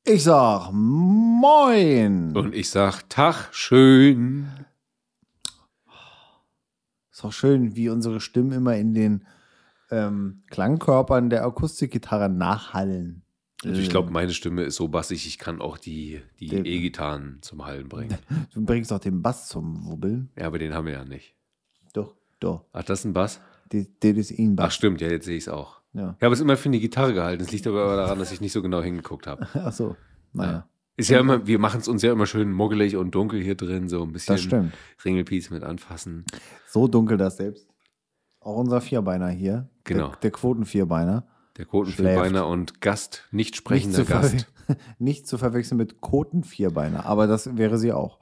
Ich sag Moin. Und ich sag Tag, schön. Ist auch schön, wie unsere Stimmen immer in den Klangkörpern der Akustikgitarre nachhallen. Und ich glaube, meine Stimme ist so bassig, ich kann auch die E-Gitarren zum Hallen bringen. Du bringst auch den Bass zum Wubbeln. Ja, aber den haben wir ja nicht. Doch. Ach, das ist ein Bass? Das ist ihn Bass. Ach stimmt, ja, jetzt sehe ich es auch. Ja. Ich habe es immer für die Gitarre gehalten. Es liegt aber daran, dass ich nicht so genau hingeguckt habe. Ach so, naja. Ist ja immer, wir machen es uns ja immer schön muggelig und dunkel hier drin, so ein bisschen Das stimmt. Ringelpiez mit anfassen. So dunkel das selbst. Auch unser Vierbeiner hier. Genau. Der Quotenvierbeiner. Der Quotenvierbeiner und Gast, nicht sprechender Gast. Nicht zu verwechseln mit Kotenvierbeiner, aber das wäre sie auch.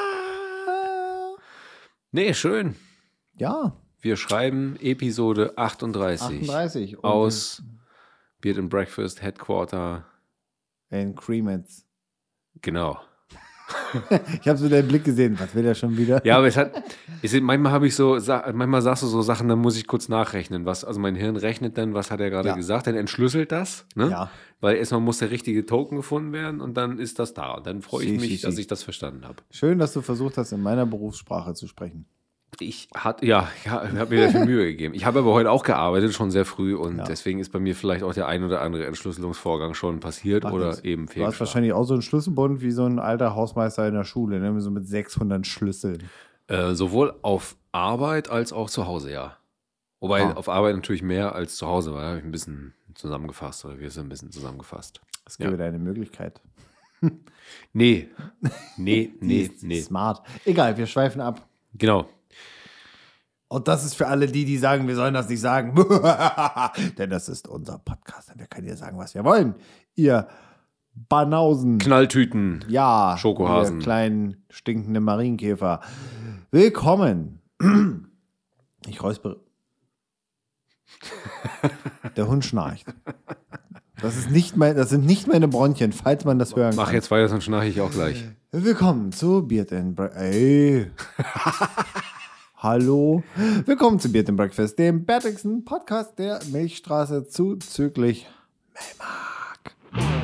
Nee, schön. Ja. Wir schreiben Episode 38. Aus Beard and Breakfast Headquarter. In Creamets. Genau. Ich habe so deinen Blick gesehen. Was will er schon wieder? Ja, aber manchmal sagst du so Sachen, dann muss ich kurz nachrechnen. Also mein Hirn rechnet dann, was hat er gerade gesagt, dann entschlüsselt das. Ne? Ja. Weil erstmal muss der richtige Token gefunden werden und dann ist das da. Und dann freue ich mich, dass ich das verstanden habe. Schön, dass du versucht hast, in meiner Berufssprache zu sprechen. Ich habe mir dafür Mühe gegeben. Ich habe aber heute auch gearbeitet, schon sehr früh und deswegen ist bei mir vielleicht auch der ein oder andere Entschlüsselungsvorgang schon passiert oder eben fehlgeschlagen. Du hast wahrscheinlich auch so einen Schlüsselbund wie so ein alter Hausmeister in der Schule, ne? So mit 600 Schlüsseln. Sowohl auf Arbeit als auch zu Hause, ja. Wobei auf Arbeit natürlich mehr als zu Hause, weil da habe ich ein bisschen zusammengefasst oder wir sind ein bisschen zusammengefasst. Das gäbe dir eine Möglichkeit. Nee. Smart. Egal, wir schweifen ab. Genau. Und das ist für alle die sagen, wir sollen das nicht sagen. Denn das ist unser Podcast. Wir können hier sagen, was wir wollen. Ihr Banausen. Knalltüten. Ja. Schokohasen. Ihr kleinen, stinkenden Marienkäfer. Willkommen. Ich räuspere. Der Hund schnarcht. Das sind nicht meine Bronchien, falls man das hören kann. Mach jetzt weiter, sonst schnarche ich auch gleich. Willkommen zu Beard and Breakfast. Ey. Hallo, willkommen zu Beard and Breakfast, dem bärtigsten Podcast der Milchstraße zuzüglich Melmark.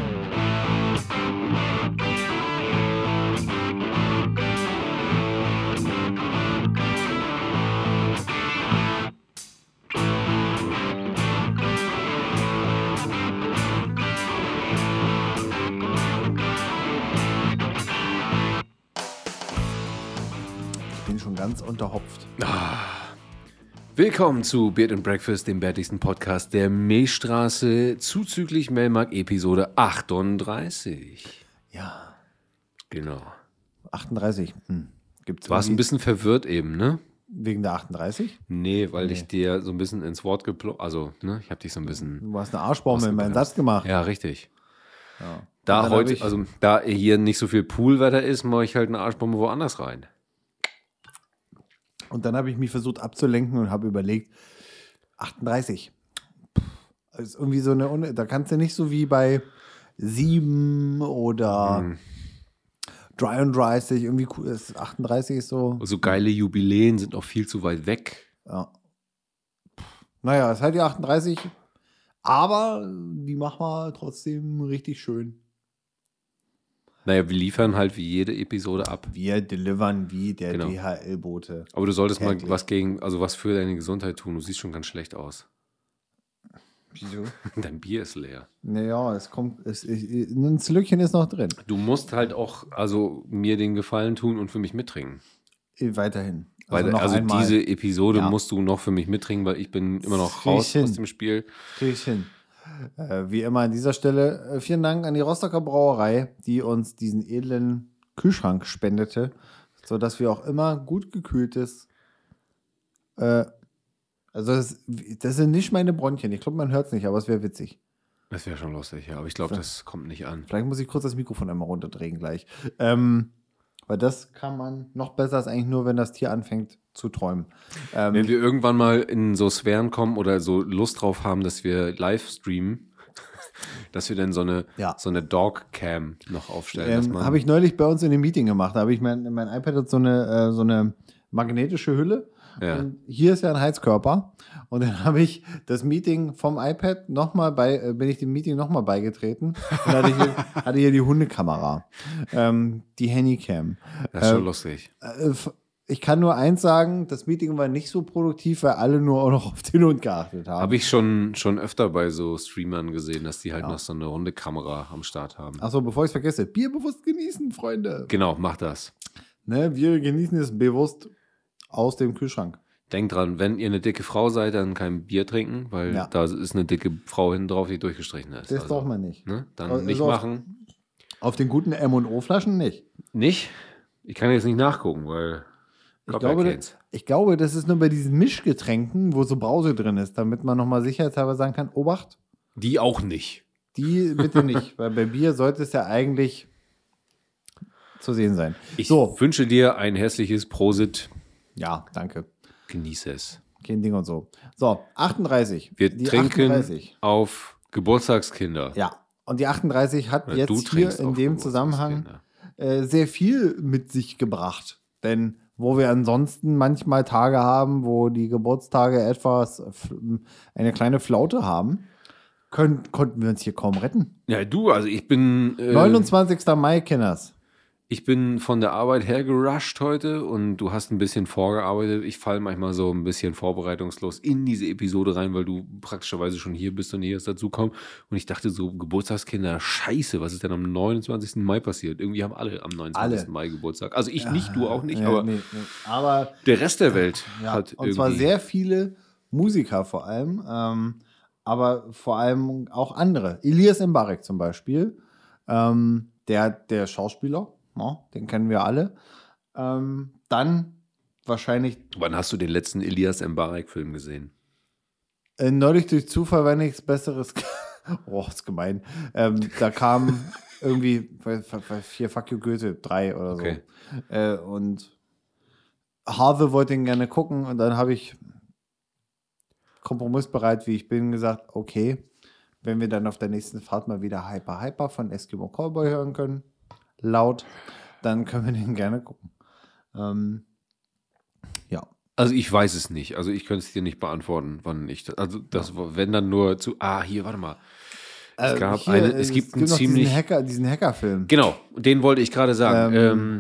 Schon ganz unterhopft. Willkommen zu Beard and Breakfast, dem bärtigsten Podcast der Milchstraße, zuzüglich Melmark, Episode 38. Ja. Genau. 38. Du warst ein bisschen verwirrt eben, ne? Wegen der 38? Nee, weil ich dir so ein bisschen ins Wort ich habe dich so ein bisschen... Du hast eine Arschbombe in meinen Satz gemacht. Ja, richtig. Ja. Da hier nicht so viel Poolwetter ist, mache ich halt eine Arschbombe woanders rein. Und dann habe ich mich versucht abzulenken und habe überlegt, 38. Das ist irgendwie so eine, da kannst du nicht so wie bei 7 oder 33, irgendwie cool, 38 ist so. So geile Jubiläen sind auch viel zu weit weg. Ja. Naja, es ist halt die 38, aber die machen wir trotzdem richtig schön. Naja, wir liefern halt wie jede Episode ab. Wir delivern wie der DHL-Bote. Aber du solltest mal was für deine Gesundheit tun. Du siehst schon ganz schlecht aus. Wieso? Dein Bier ist leer. Naja, ein Slückchen ist noch drin. Du musst halt auch mir den Gefallen tun und für mich mittrinken. Weiterhin. Also diese Episode musst du noch für mich mittrinken, weil ich bin immer noch raus aus dem Spiel. Krieg ich hin. Wie immer an dieser Stelle vielen Dank an die Rostocker Brauerei, die uns diesen edlen Kühlschrank spendete, sodass wir auch immer gut gekühltes. Also das sind nicht meine Bronchien. Ich glaube, man hört es nicht, aber es wäre witzig. Das wäre schon lustig, ja. Aber ich glaube, das kommt nicht an. Vielleicht muss ich kurz das Mikrofon einmal runterdrehen gleich. Weil das kann man noch besser als eigentlich nur, wenn das Tier anfängt zu träumen. Wenn wir irgendwann mal in so Sphären kommen oder so Lust drauf haben, dass wir live streamen, dass wir dann so eine Dog-Cam noch aufstellen. Habe ich neulich bei uns in einem Meeting gemacht. Da habe ich mein iPad hat so eine magnetische Hülle Ja. Und hier ist ja ein Heizkörper. Und dann habe ich das Meeting vom iPad bin ich dem Meeting nochmal beigetreten. Und hatte hier die Hundekamera, die Handycam. Das ist schon lustig. Ich kann nur eins sagen, das Meeting war nicht so produktiv, weil alle nur auch noch auf den Hund geachtet haben. Habe ich schon öfter bei so Streamern gesehen, dass die halt noch so eine Hundekamera am Start haben. Achso, bevor ich es vergesse, Bier bewusst genießen, Freunde. Genau, mach das. Ne, wir genießen es bewusst aus dem Kühlschrank. Denkt dran, wenn ihr eine dicke Frau seid, dann kein Bier trinken, weil da ist eine dicke Frau hinten drauf, die durchgestrichen ist. Das braucht man nicht. Ne? Dann nicht machen. Auf den guten M&O-Flaschen nicht. Nicht? Ich kann jetzt nicht nachgucken, weil ich glaube, das ist nur bei diesen Mischgetränken, wo so Brause drin ist, damit man nochmal sicherheitshalber sagen kann, Obacht. Die auch nicht. Die bitte nicht, weil bei Bier sollte es ja eigentlich zu sehen sein. Ich wünsche dir ein herzliches Prosit. Ja, danke. Genieße es. Kein Ding und so. So, 38. Wir trinken 38. Auf Geburtstagskinder. Ja, und die 38 hat jetzt hier in dem Zusammenhang sehr viel mit sich gebracht. Denn wo wir ansonsten manchmal Tage haben, wo die Geburtstage eine kleine Flaute haben, konnten wir uns hier kaum retten. Ja, also ich bin 29. Mai, Kinders. Ich bin von der Arbeit her gerusht heute und du hast ein bisschen vorgearbeitet. Ich falle manchmal so ein bisschen vorbereitungslos in diese Episode rein, weil du praktischerweise schon hier bist und hier ist dazukommen. Und ich dachte so, Geburtstagskinder, scheiße, was ist denn am 29. Mai passiert? Irgendwie haben alle am 29. Mai Geburtstag. Also ich nicht, du auch nicht, aber der Rest der Welt hat und zwar sehr viele Musiker vor allem, aber vor allem auch andere. Elias Mbarek zum Beispiel, der Schauspieler, den kennen wir alle. Dann wahrscheinlich. Wann hast du den letzten Elias Mbarek-Film gesehen? Neulich durch Zufall, wenn nichts Besseres. Oh, ist gemein. Da kam irgendwie 4 Fuck You Goethe, 3 oder so. Okay. Und Harvey wollte ihn gerne gucken und dann habe ich kompromissbereit, wie ich bin, gesagt, okay, wenn wir dann auf der nächsten Fahrt mal wieder Hyper von Eskimo Callboy hören können, laut, dann können wir den gerne gucken. Ja. Also ich weiß es nicht. Also ich könnte es dir nicht beantworten, wann ich das. Also das wenn dann nur zu. Hier, warte mal. Es gibt einen ziemlich diesen Hackerfilm. Genau, den wollte ich gerade sagen.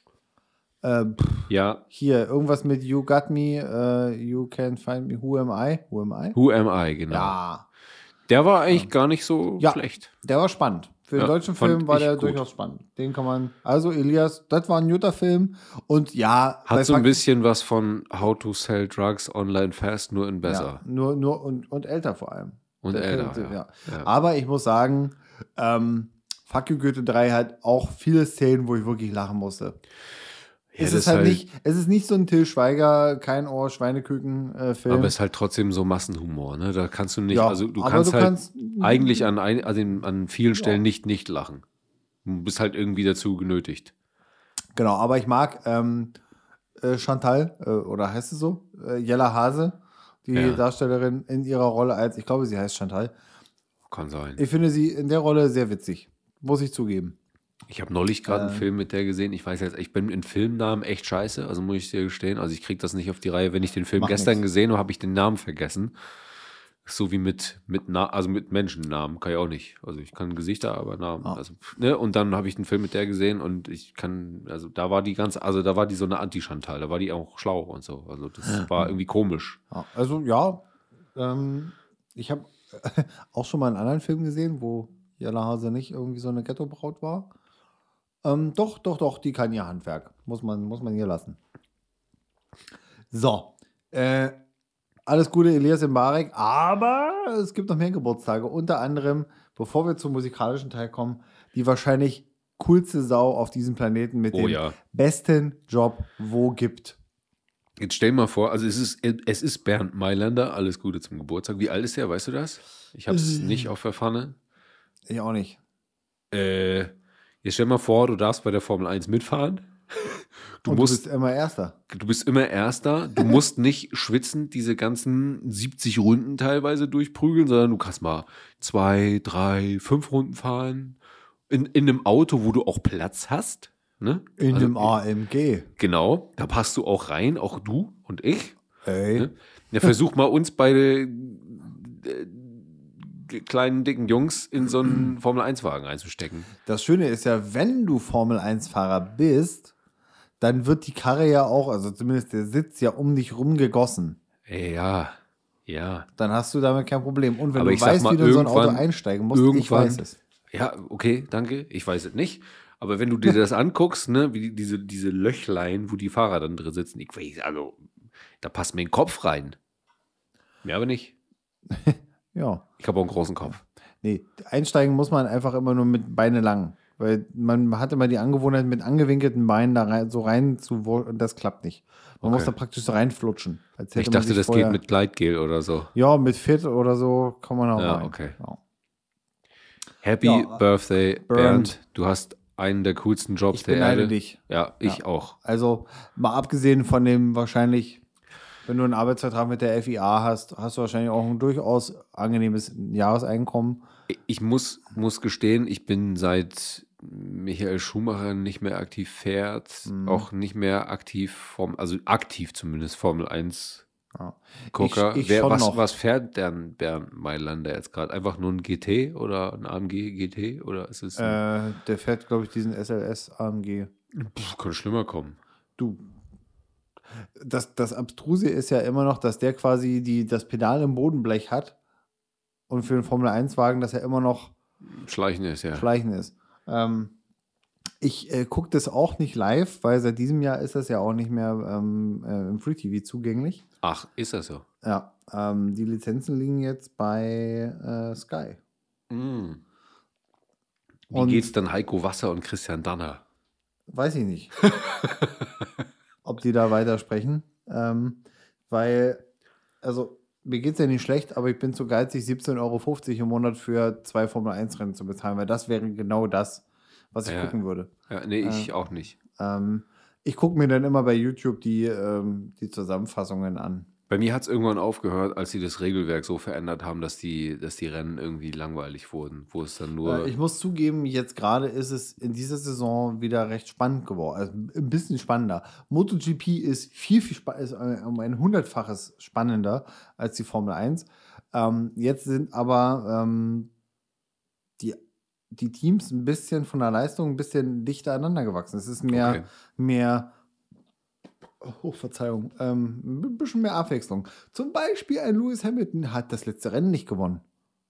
Ja. Hier, irgendwas mit You Got Me, You Can't Find Me, Who Am I? Who Am I, genau. Ja. Der war eigentlich gar nicht so schlecht. Der war spannend. Für den deutschen Film war der durchaus spannend. Den kann man, also Elias, das war ein guter Film. Und ja. Hat so ein bisschen was von How to Sell Drugs Online Fast, nur in besser. Ja, nur und älter vor allem. Und älter, ja. Aber ich muss sagen, Fuck You Goethe 3 hat auch viele Szenen, wo ich wirklich lachen musste. Ja, es ist nicht so ein Till Schweiger, kein Ohr, Schweineküken-Film. Aber es ist halt trotzdem so Massenhumor, ne? Da kannst du nicht, also du kannst eigentlich an vielen Stellen nicht lachen. Du bist halt irgendwie dazu genötigt. Genau, aber ich mag Chantal, oder heißt es so? Jella Hase, die Darstellerin in ihrer Rolle als, ich glaube, sie heißt Chantal. Kann sein. Ich finde sie in der Rolle sehr witzig, muss ich zugeben. Ich habe neulich gerade einen Film mit der gesehen. Ich weiß jetzt, ich bin in Filmnamen echt scheiße, also muss ich dir gestehen. Also ich kriege das nicht auf die Reihe. Wenn ich den Film gestern gesehen habe, habe ich den Namen vergessen. So wie mit Menschennamen kann ich auch nicht. Also ich kann Gesichter, aber Namen. Oh. Also, ne? Und dann habe ich den Film mit der gesehen und da war die so eine Anti-Chantal, da war die auch schlau und so. Also das war irgendwie komisch. Also ich habe auch schon mal einen anderen Film gesehen, wo Jella Hase nicht irgendwie so eine Ghetto-Braut war. Doch, die kann ihr Handwerk. Muss man ihr lassen. So. Alles Gute, Elias Mbarek. Aber es gibt noch mehr Geburtstage. Unter anderem, bevor wir zum musikalischen Teil kommen, die wahrscheinlich coolste Sau auf diesem Planeten mit dem besten Job, wo gibt. Jetzt stell mal vor, also es ist Bernd Mailander. Alles Gute zum Geburtstag. Wie alt ist der? Weißt du das? Ich habe es nicht auf der Pfanne. Ich auch nicht. Jetzt stell mal vor, du darfst bei der Formel 1 mitfahren. Du bist immer Erster. Du bist immer Erster. Du musst nicht schwitzen, diese ganzen 70 Runden teilweise durchprügeln, sondern du kannst mal 2, 3, 5 Runden fahren. In einem Auto, wo du auch Platz hast. Ne? In einem AMG. Genau, da passt du auch rein, auch du und ich. Ey. Ne? Ja, versuch mal uns beide kleinen, dicken Jungs in so einen Formel-1-Wagen einzustecken. Das Schöne ist ja, wenn du Formel-1-Fahrer bist, dann wird die Karre ja auch, also zumindest der Sitz ja um dich rum gegossen. Ja. Dann hast du damit kein Problem. Und wenn Aber du weißt, wie du in so ein Auto einsteigen musst, ich weiß es. Ja, okay, danke. Ich weiß es nicht. Aber wenn du dir das anguckst, ne, wie diese Löchlein, wo die Fahrer dann drin sitzen, ich weiß, also, da passt mir ein Kopf rein. Mehr aber nicht. Ja. Ich habe auch einen großen Kopf. Nee, einsteigen muss man einfach immer nur mit Beine lang. Weil man hat immer die Angewohnheit, mit angewinkelten Beinen da rein und das klappt nicht. Man muss da praktisch so reinflutschen. Ich dachte, das geht mit Gleitgel oder so. Ja, mit Fit oder so kann man auch rein. Okay. Ja. Happy Birthday, Bernd. Du hast einen der coolsten Jobs der Erde. Dich. Ja, ich auch. Also mal abgesehen von dem wahrscheinlich, wenn du einen Arbeitsvertrag mit der FIA hast, hast du wahrscheinlich auch ein durchaus angenehmes Jahreseinkommen. Ich muss gestehen, ich bin seit Michael Schumacher nicht mehr aktiv fährt, auch nicht mehr aktiv, aktiv zumindest Formel 1 Gucker. Was fährt denn Bernd Mailander jetzt gerade? Einfach nur ein GT oder ein AMG GT? Oder ist es der fährt, glaube ich, diesen SLS AMG. Könnte schlimmer kommen. Du. Das Abstruse ist ja immer noch, dass der quasi das Pedal im Bodenblech hat und für den Formel-1-Wagen, dass er immer noch Schleichen ist. Ich gucke das auch nicht live, weil seit diesem Jahr ist das ja auch nicht mehr im Free TV zugänglich. Ach, ist das so? Ja, die Lizenzen liegen jetzt bei Sky. Wie geht's dann Heiko Wasser und Christian Danner? Weiß ich nicht. Ob die da weitersprechen. Weil, also mir geht es ja nicht schlecht, aber ich bin zu geizig, 17,50 Euro im Monat für 2 Formel-1-Rennen zu bezahlen, weil das wäre genau das, was ich gucken würde. Ja, nee, ich auch nicht. Ich gucke mir dann immer bei YouTube die Zusammenfassungen an. Bei mir hat es irgendwann aufgehört, als sie das Regelwerk so verändert haben, dass die Rennen irgendwie langweilig wurden, wo es dann nur... Ich muss zugeben, jetzt gerade ist es in dieser Saison wieder recht spannend geworden. Also ein bisschen spannender. MotoGP ist viel ist um ein 100-faches spannender als die Formel 1. Jetzt sind aber die Teams ein bisschen von der Leistung ein bisschen dichter aneinander gewachsen. Es ist mehr Verzeihung, ein bisschen mehr Abwechslung. Zum Beispiel ein Lewis Hamilton hat das letzte Rennen nicht gewonnen.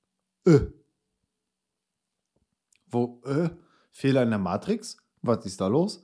Fehler in der Matrix? Was ist da los?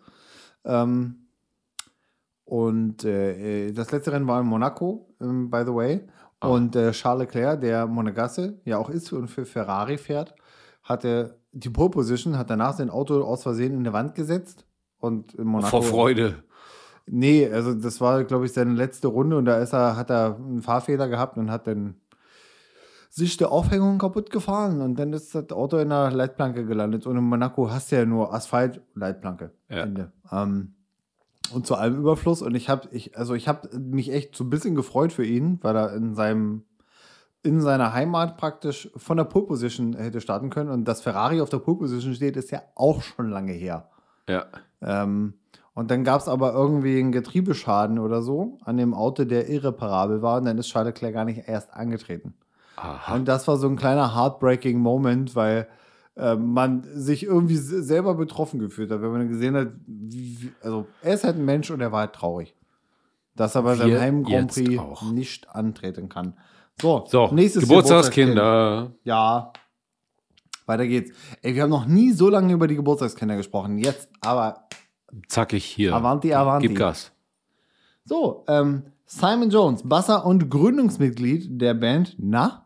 Und das letzte Rennen war in Monaco, by the way. Und Charles Leclerc, der Monegasse ja auch ist und für Ferrari fährt, hatte die Pole Position, hat danach sein Auto aus Versehen in eine Wand gesetzt. Und in Monaco, vor Freude. Nee, also das war, glaube ich, seine letzte Runde und da hat er einen Fahrfehler gehabt und hat dann sich der Aufhängung kaputt gefahren und dann ist das Auto in der Leitplanke gelandet. Und in Monaco hast du ja nur Asphalt, Leitplanke. Ja. Ende. Und zu allem Überfluss. Und ich habe mich echt so ein bisschen gefreut für ihn, weil er in seiner Heimat praktisch von der Pole Position hätte starten können. Und dass Ferrari auf der Pole Position steht, ist ja auch schon lange her. Ja. Und dann gab es aber irgendwie einen Getriebeschaden oder so an dem Auto, der irreparabel war. Und dann ist Charles Leclerc gar nicht erst angetreten. Aha. Und das war so ein kleiner heartbreaking Moment, weil man sich irgendwie selber betroffen gefühlt hat, wenn man gesehen hat, also er ist halt ein Mensch und er war halt traurig. Dass er bei seinem Heim-Grand Prix nicht antreten kann. So nächstes Geburtstagskinder. Ja, weiter geht's. Ey, wir haben noch nie so lange über die Geburtstagskinder gesprochen. Jetzt aber zackig hier. Avanti. Gib Gas. So, Simon Jones, Basser und Gründungsmitglied der Band,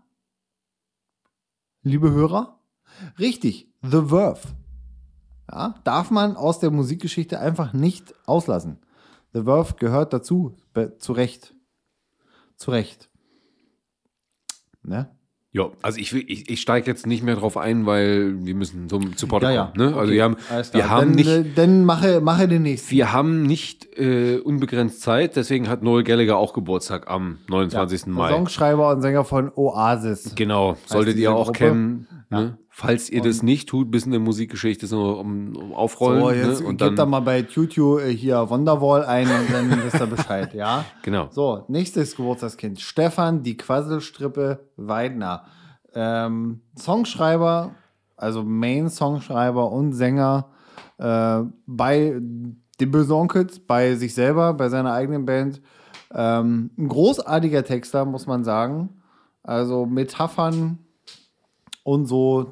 liebe Hörer? Richtig, The Verve. Ja, darf man aus der Musikgeschichte einfach nicht auslassen. The Verve gehört dazu, zu Recht. Ne? Ja, also ich steige jetzt nicht mehr drauf ein, weil wir müssen zu Potte kommen. Ne? Also okay. wir haben nicht... Dann mache den nächsten. Wir haben nicht unbegrenzt Zeit, deswegen hat Noel Gallagher auch Geburtstag am 29. Mai. Songschreiber und Sänger von Oasis. Genau, solltet ihr auch kennen. Ja. Ne? Falls ihr das nicht tut, bis in der Musikgeschichte so aufrollen. So, jetzt und gebt da mal bei YouTube hier Wonderwall ein und dann wisst ihr Bescheid, ja? Genau. So, nächstes Geburtstagskind. Stefan, die Quasselstrippe Weidner. Songschreiber, also Main-Songschreiber und Sänger bei den Bösen Onkels, bei sich selber, bei seiner eigenen Band. Ein großartiger Texter, muss man sagen. Also Metaphern und so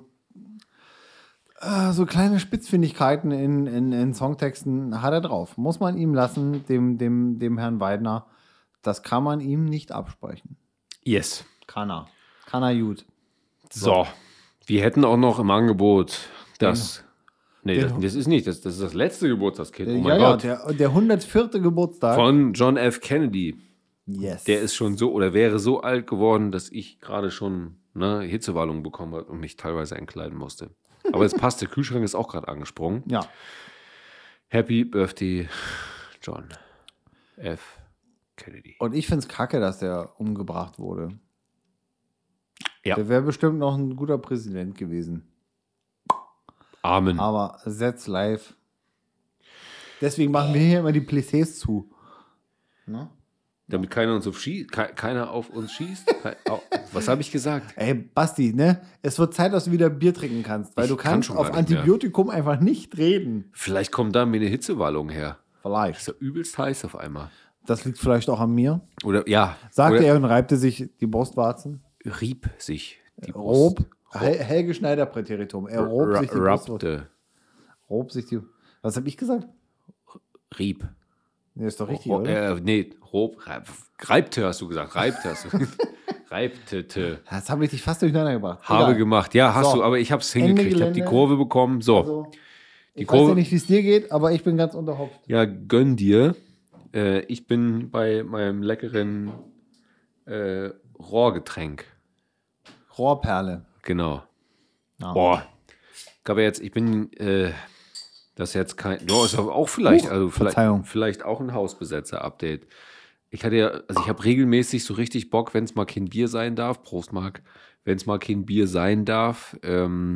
kleine Spitzfindigkeiten in Songtexten hat er drauf. Muss man ihm lassen, dem Herrn Weidner. Das kann man ihm nicht absprechen. Yes. Kann er. Kann er gut. So. Wir hätten auch noch im Angebot das. Nee, das ist nicht. Das ist das letzte Geburtstagskind. Oh mein Gott. Der 104. Geburtstag. Von John F. Kennedy. Yes. Der ist schon so oder wäre so alt geworden, dass ich gerade schon Hitzewallungen bekommen habe und mich teilweise entkleiden musste. Aber es passt, der Kühlschrank ist auch gerade angesprungen. Ja. Happy Birthday, John F. Kennedy. Und ich finde es kacke, dass der umgebracht wurde. Ja. Der wäre bestimmt noch ein guter Präsident gewesen. Amen. Aber that's live. Deswegen machen wir hier immer die Plissés zu. Ne? Damit keiner auf uns schießt. Was habe ich gesagt? Ey, Basti, ne? Es wird Zeit, dass du wieder Bier trinken kannst, weil du kannst auf Antibiotikum einfach nicht reden. Vielleicht kommt da mir eine Hitzewallung her. Vielleicht. Ist ja übelst heiß auf einmal. Das liegt vielleicht auch an mir. Oder, ja. Sagte er und reibte sich die Brustwarzen. Rieb sich die Brust. Helge Schneider-Präteritum. Er rob sich die Brust. Rob sich die... Was habe ich gesagt? Rieb. Nee, ist doch richtig, oder? Reibte hast du gesagt. Reibte. Das habe ich dich fast durcheinander gebracht. Habe gemacht. Ja, hast du, aber ich habe es hingekriegt. Ich habe die Kurve bekommen. So. Also, ich weiß ja nicht, wie es dir geht, aber ich bin ganz unterhopft. Ja, gönn dir. Ich bin bei meinem leckeren Rohrgetränk. Rohrperle. Genau. Ja. Boah. Aber jetzt, ich bin... das ist jetzt kein. Ja, ist aber auch vielleicht, vielleicht auch ein Hausbesetzer-Update. Ich habe regelmäßig so richtig Bock, wenn es mal kein Bier sein darf, Prost Marc, wenn es mal kein Bier sein darf, ich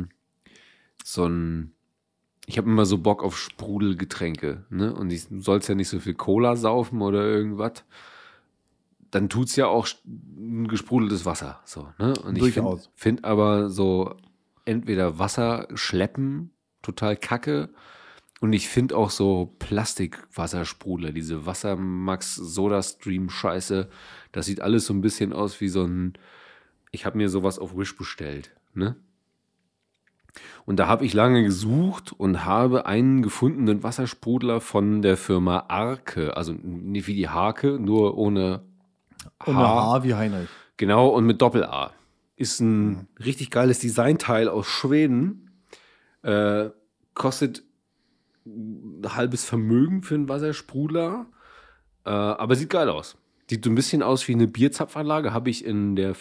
habe immer so Bock auf Sprudelgetränke, ne? Und du sollst ja nicht so viel Cola saufen oder irgendwas. Dann tut's ja auch ein gesprudeltes Wasser, so, ne? Und ich finde aber so entweder Wasser schleppen total kacke. Und ich finde auch so Plastikwassersprudler, diese Wassermax-Soda-Stream-Scheiße, das sieht alles so ein bisschen aus wie so ein, ich habe mir sowas auf Wish bestellt, ne? Und da habe ich lange gesucht und habe einen gefundenen Wassersprudler von der Firma Arke, also nicht wie die Hake, nur ohne H. Ohne H wie Heinrich. Genau, und mit Doppel-A. Ist ein richtig geiles Designteil aus Schweden, kostet ein halbes Vermögen für einen Wassersprudler, aber sieht geil aus. Sieht so ein bisschen aus wie eine Bierzapfanlage, habe ich in der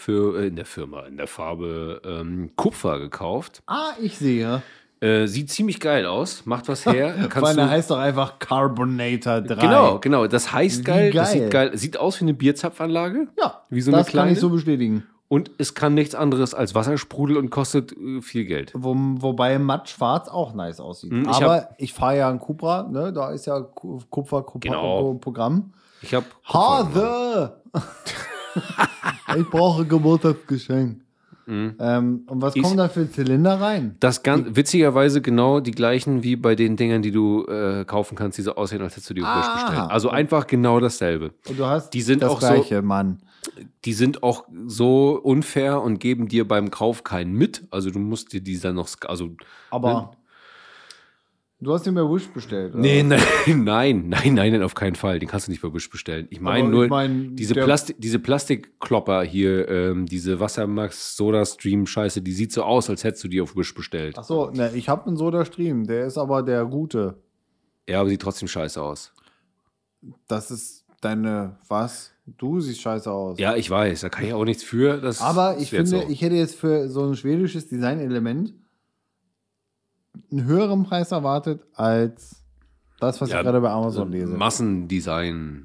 Farbe Kupfer gekauft. Ah, ich sehe. Sieht ziemlich geil aus, macht was her. Vor allem heißt doch einfach Carbonator 3. Genau, das heißt geil, das sieht geil. Sieht aus wie eine Bierzapfanlage. Ja, wie so eine das kleine. Kann ich so bestätigen. Und es kann nichts anderes als Wassersprudel und kostet viel Geld. Wobei matt schwarz auch nice aussieht. Aber ich fahre ja einen Cupra, ne? Da ist ja Kupfer-Programm. Ich habe Hase! Ich brauche Geburtstagsgeschenk. Und was kommt da für Zylinder rein? Das ganz witzigerweise genau die gleichen wie bei den Dingern, die du kaufen kannst, die so aussehen, als hättest du die auf Wish bestellt. Also einfach genau dasselbe. Und du hast die sind das auch gleiche, so, Mann. Die sind auch so unfair und geben dir beim Kauf keinen mit. Also du musst dir die dann noch... Aber du hast den bei Wish bestellt, oder? Nee, nein, auf keinen Fall. Den kannst du nicht bei Wish bestellen. Ich meine nur diese Plastikklopper hier, diese Wassermax Soda Stream Scheiße, die sieht so aus, als hättest du die auf Wish bestellt. Ach so, ne, ich habe einen Soda Stream, der ist aber der gute. Ja, aber sieht trotzdem scheiße aus. Das ist deine, was? Du siehst scheiße aus. Ja, ich weiß, da kann ich auch nichts für. Aber ich finde, so. Ich hätte jetzt für so ein schwedisches Designelement einen höheren Preis erwartet als das, was ich gerade bei Amazon lese. Massendesign.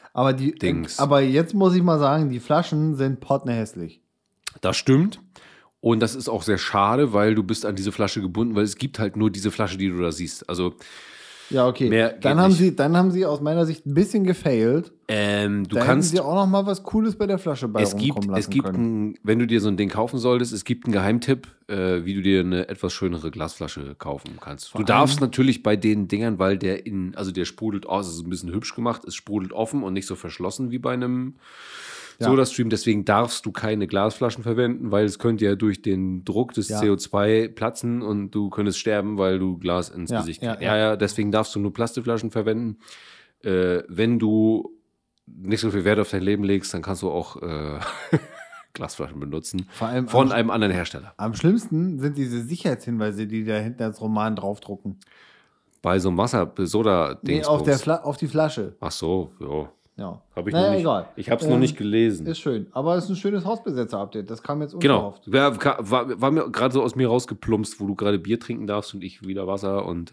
Aber jetzt muss ich mal sagen, die Flaschen sind pottenhässlich. Das stimmt. Und das ist auch sehr schade, weil du bist an diese Flasche gebunden, weil es gibt halt nur diese Flasche, die du da siehst. Also ja, okay. Dann haben sie aus meiner Sicht ein bisschen gefailt. Du da kannst hätten sie auch noch mal was Cooles bei der Flasche bei rumkommen lassen können. Wenn du dir so ein Ding kaufen solltest, es gibt einen Geheimtipp, wie du dir eine etwas schönere Glasflasche kaufen kannst. Du darfst natürlich bei den Dingern, weil der sprudelt aus, es ist ein bisschen hübsch gemacht, es sprudelt offen und nicht so verschlossen wie bei einem Soda-Stream. Deswegen darfst du keine Glasflaschen verwenden, weil es könnte ja durch den Druck des CO2 platzen und du könntest sterben, weil du Glas ins Gesicht kriegst. Ja, deswegen darfst du nur Plastikflaschen verwenden. Wenn du nicht so viel Wert auf dein Leben legst, dann kannst du auch Glasflaschen benutzen. Vor allem von einem anderen Hersteller. Am schlimmsten sind diese Sicherheitshinweise, die da hinten als Roman draufdrucken. Bei so einem Wasser-Soda-Ding. Nee, auf die Flasche. Ach so, ja. Ja. Egal. Ich habe es noch nicht gelesen. Ist schön. Aber es ist ein schönes Hausbesetzer-Update. Das kam jetzt unverhofft. Genau. War mir gerade so aus mir rausgeplumpst, wo du gerade Bier trinken darfst und ich wieder Wasser und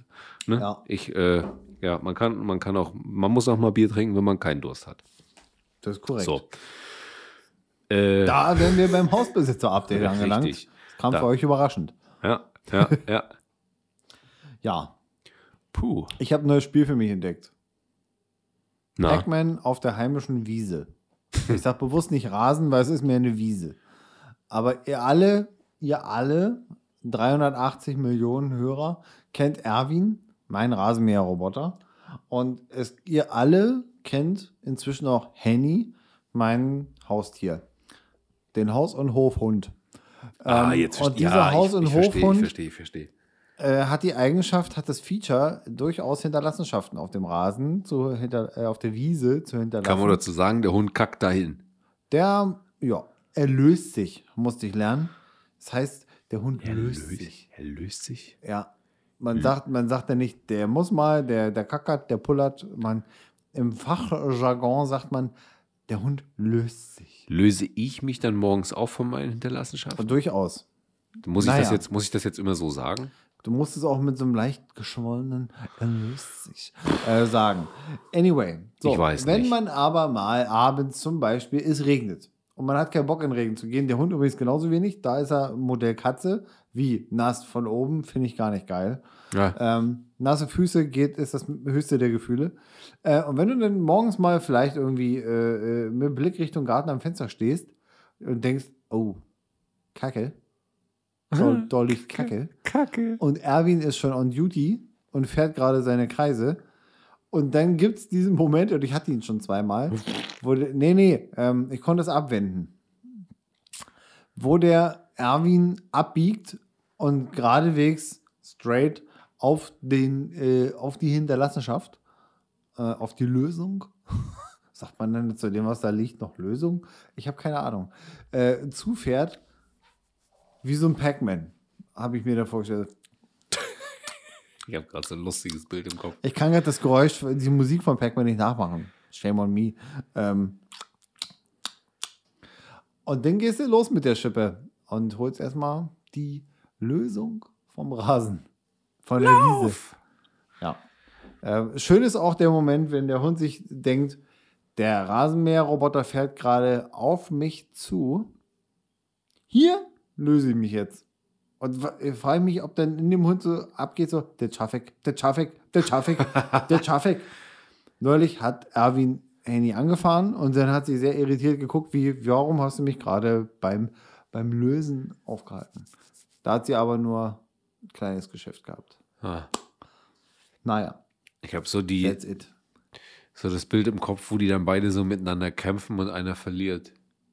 man muss auch mal Bier trinken, wenn man keinen Durst hat. Das ist korrekt. So. Da wären wir beim Hausbesitzer-Update angelangt. Richtig. Das kam für euch überraschend. Ja. Ja. Puh. Ich habe ein neues Spiel für mich entdeckt. Pac-Man auf der heimischen Wiese. Ich sage bewusst nicht Rasen, weil es ist mehr eine Wiese. Aber ihr alle, 380 Millionen Hörer, kennt Erwin, mein Rasenmäher-Roboter. Und ihr alle kennt inzwischen auch Henny, mein Haustier. Den Haus- und Hofhund. Jetzt und dieser Haus- und Hofhund ich verstehe. Hat die Eigenschaft, hat das Feature, durchaus Hinterlassenschaften auf dem Rasen, auf der Wiese zu hinterlassen. Kann man dazu sagen, der Hund kackt dahin? Er löst sich, musste ich lernen. Das heißt, der Hund löst sich. Er löst sich? Ja. Man sagt ja nicht, der muss mal, der kackert, der pullert. Im Fachjargon sagt man, der Hund löst sich. Löse ich mich dann morgens auf von meinen Hinterlassenschaften? Durchaus. Muss ich das jetzt immer so sagen? Du musst es auch mit so einem leicht geschwollenen löst sich sagen. Anyway, so, ich weiß wenn nicht. man aber mal abends zum Beispiel, es regnet und man hat keinen Bock in den Regen zu gehen, der Hund übrigens genauso wenig, da ist er Modell Katze, wie nass von oben, finde ich gar nicht geil. Ja. Nasse Füße ist das höchste der Gefühle. Und wenn du dann morgens mal vielleicht irgendwie mit Blick Richtung Garten am Fenster stehst und denkst, oh, Kacke, da liegt Kacke. Und Erwin ist schon on duty und fährt gerade seine Kreise. Und dann gibt es diesen Moment, und ich hatte ihn schon zweimal, ich konnte es abwenden. Wo der Erwin abbiegt und geradewegs straight auf die Hinterlassenschaft, auf die Lösung, sagt man dann zu dem, was da liegt, noch Lösung? Ich habe keine Ahnung. Zufährt, wie so ein Pac-Man, habe ich mir da vorgestellt. Ich habe gerade so ein lustiges Bild im Kopf. Ich kann gerade das Geräusch, die Musik von Pac-Man nicht nachmachen. Shame on me. Und dann gehst du los mit der Schippe und holst erstmal die Lösung vom Rasen. Von der Wiese. Ja. Schön ist auch der Moment, wenn der Hund sich denkt, der Rasenmäherroboter fährt gerade auf mich zu. Hier löse ich mich jetzt. Und frage mich, ob dann in dem Hund so abgeht, so, der Schaffek. Neulich hat Erwin Henny angefahren und dann hat sie sehr irritiert geguckt, warum hast du mich gerade beim Lösen aufgehalten? Da hat sie aber nur ein kleines Geschäft gehabt. Naja. Ich habe so That's it. So das Bild im Kopf, wo die dann beide so miteinander kämpfen und einer verliert.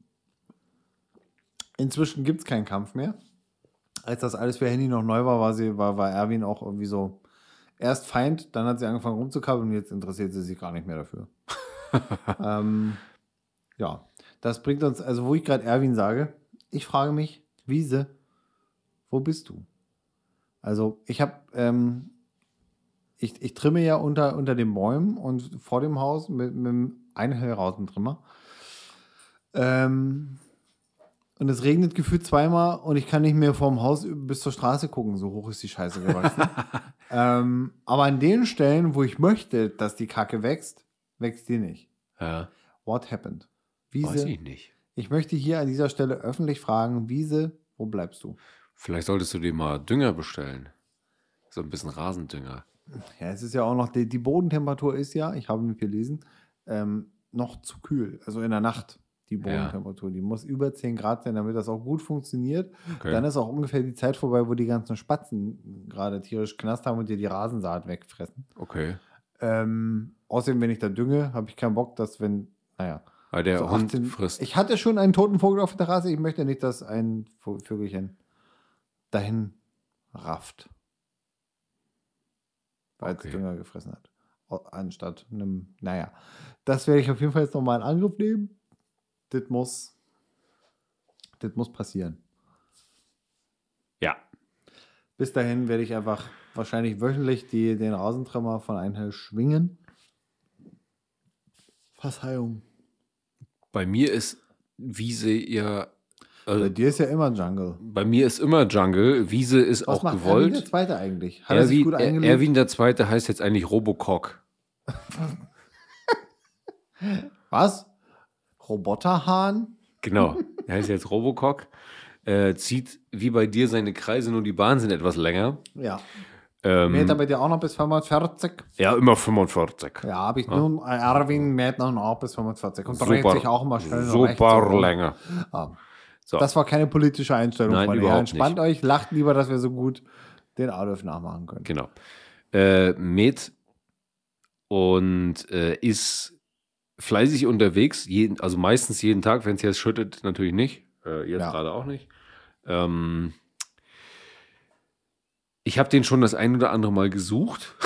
Inzwischen gibt es keinen Kampf mehr. Als das alles für Henny noch neu war, war Erwin auch irgendwie so erst Feind, dann hat sie angefangen rumzukabbeln und jetzt interessiert sie sich gar nicht mehr dafür. Ja, das bringt uns, also wo ich gerade Erwin sage, ich frage mich, Wiese, wo bist du? Also ich habe, ich trimme ja unter den Bäumen und vor dem Haus mit einem Einhellrausentrimmer. Und es regnet gefühlt zweimal und ich kann nicht mehr vorm Haus bis zur Straße gucken, so hoch ist die Scheiße gewachsen. Aber an den Stellen, wo ich möchte, dass die Kacke wächst, wächst die nicht. Ja. What happened? Wiese, weiß ich nicht. Ich möchte hier an dieser Stelle öffentlich fragen, Wiese, Wo bleibst du? Vielleicht solltest du dir mal Dünger bestellen. So ein bisschen Rasendünger. Ja, es ist ja auch noch, die Bodentemperatur ist ja, ich habe mir gelesen, noch zu kühl. Also in der Nacht, die Bodentemperatur. Die muss über 10 Grad sein, damit das auch gut funktioniert. Okay. Dann ist auch ungefähr die Zeit vorbei, wo die ganzen Spatzen gerade tierisch Knast haben und dir die Rasensaat wegfressen. Okay. Außerdem, wenn ich da dünge, habe ich keinen Bock, dass weil der so Hund frisst. Ich hatte schon einen toten Vogel auf der Terrasse. Ich möchte nicht, dass ein Vögelchen dahin rafft. Weil es Dünger gefressen hat. Anstatt einem, das werde ich auf jeden Fall jetzt nochmal in Angriff nehmen. Das muss passieren. Ja. Bis dahin werde ich einfach wahrscheinlich wöchentlich den Rasentrimmer von Einhell schwingen. Verzeihung. Bei mir ist Wiese ja. Bei dir ist ja immer Jungle. Bei mir ist immer Jungle. Wiese ist was auch macht gewollt. Erwin der Zweite eigentlich? Hat er sich gut eingelegt? Erwin der Zweite heißt jetzt eigentlich Robocock. Was? Roboterhahn? Genau. Er heißt jetzt Robocock. Zieht wie bei dir seine Kreise, nur die Bahnen sind etwas länger. Ja. Mäht er bei dir auch noch bis 45? Ja, immer 45. Ja, habe ich nun. Erwin mäht noch bis 45 und dreht sich auch immer schnell super länger. So. Das war keine politische Einstellung. Nein, überhaupt entspannt nicht. euch, lacht lieber, dass wir so gut den Adolf nachmachen können. Genau. Mäht und ist fleißig unterwegs, also meistens jeden Tag, wenn es jetzt schüttet, natürlich nicht. Jetzt gerade auch nicht. Ich habe den schon das ein oder andere Mal gesucht.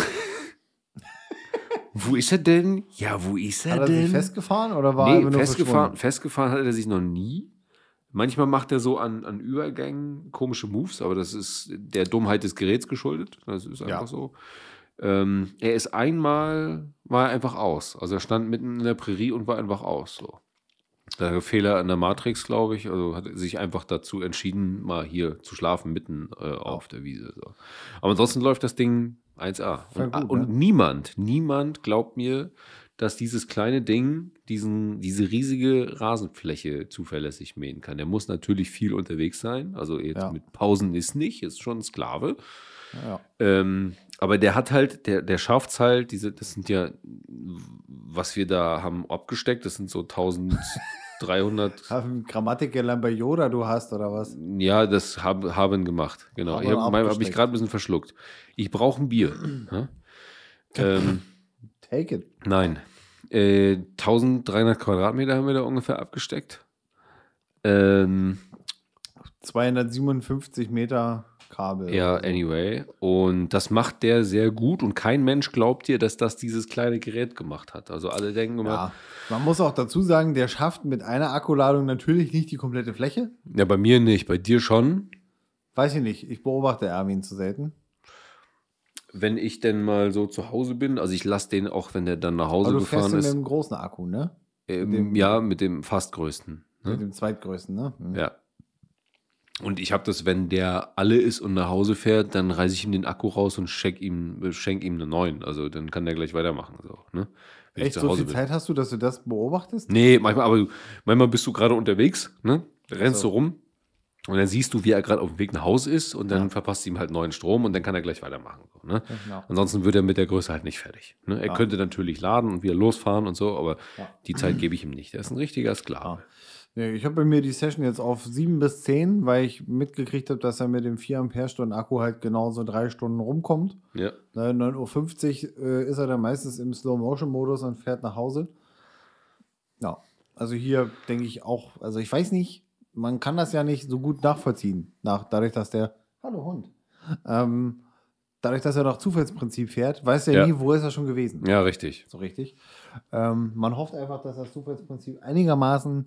Wo ist er denn? Ja, wo ist er denn? Hat er sich festgefahren oder war er nur festgefahren hat er sich noch nie. Manchmal macht er so an Übergängen komische Moves, aber das ist der Dummheit des Geräts geschuldet. Das ist einfach so. Er ist war er einfach aus. Also er stand mitten in der Prärie und war einfach aus. So. Der Fehler an der Matrix, glaube ich. Also hat er sich einfach dazu entschieden, mal hier zu schlafen, mitten auf der Wiese. So. Aber ansonsten läuft das Ding 1A. Und niemand glaubt mir, dass dieses kleine Ding diese riesige Rasenfläche zuverlässig mähen kann. Der muss natürlich viel unterwegs sein. Also jetzt mit Pausen ist schon ein Sklave. Ja. Aber der hat halt, der schafft es halt, das sind ja, was wir da haben abgesteckt, das sind so 1300. Grammatikgelernt bei Yoda du hast, oder was? Ja, das haben gemacht, genau. Habe ich gerade ein bisschen verschluckt. Ich brauche ein Bier. Take it. Nein. 1300 Quadratmeter haben wir da ungefähr abgesteckt. 257 Meter Kabel. Ja, anyway. Und das macht der sehr gut und kein Mensch glaubt dir, dass das dieses kleine Gerät gemacht hat. Also alle denken immer. Ja, man muss auch dazu sagen, der schafft mit einer Akkuladung natürlich nicht die komplette Fläche. Ja, bei mir nicht, bei dir schon. Weiß ich nicht, ich beobachte Erwin zu selten. Wenn ich denn mal so zu Hause bin, also ich lasse den auch, wenn der dann nach Hause gefahren ist. Du fährst mit dem großen Akku, ne? Mit dem fast größten. Ne? Mit dem zweitgrößten, ne? Mhm. Ja. Und ich habe das, wenn der alle ist und nach Hause fährt, dann reiße ich ihm den Akku raus und schenk ihm einen neuen. Also dann kann der gleich weitermachen. So, ne? Echt, so viel Zeit hast du, dass du das beobachtest? Nee, manchmal bist du gerade unterwegs, ne? Rennst du rum und dann siehst du, wie er gerade auf dem Weg nach Hause ist und dann verpasst du ihm halt neuen Strom und dann kann er gleich weitermachen. So, ne? Ja, ansonsten wird er mit der Größe halt nicht fertig. Ne? Er könnte natürlich laden und wieder losfahren und so, aber die Zeit gebe ich ihm nicht. Er ist ein richtiger Sklave. Nee, ich habe bei mir die Session jetzt auf 7 bis 10, weil ich mitgekriegt habe, dass er mit dem 4 Ampere-Stunden Akku halt genauso 3 Stunden rumkommt. Ja. 9:50 Uhr ist er dann meistens im Slow-Motion-Modus und fährt nach Hause. Ja, also hier denke ich auch, also ich weiß nicht, man kann das ja nicht so gut nachvollziehen, dadurch, dass der, hallo Hund, dadurch, dass er nach Zufallsprinzip fährt, weiß er nie, wo ist er schon gewesen. Ja, richtig. So richtig. Man hofft einfach, dass das Zufallsprinzip einigermaßen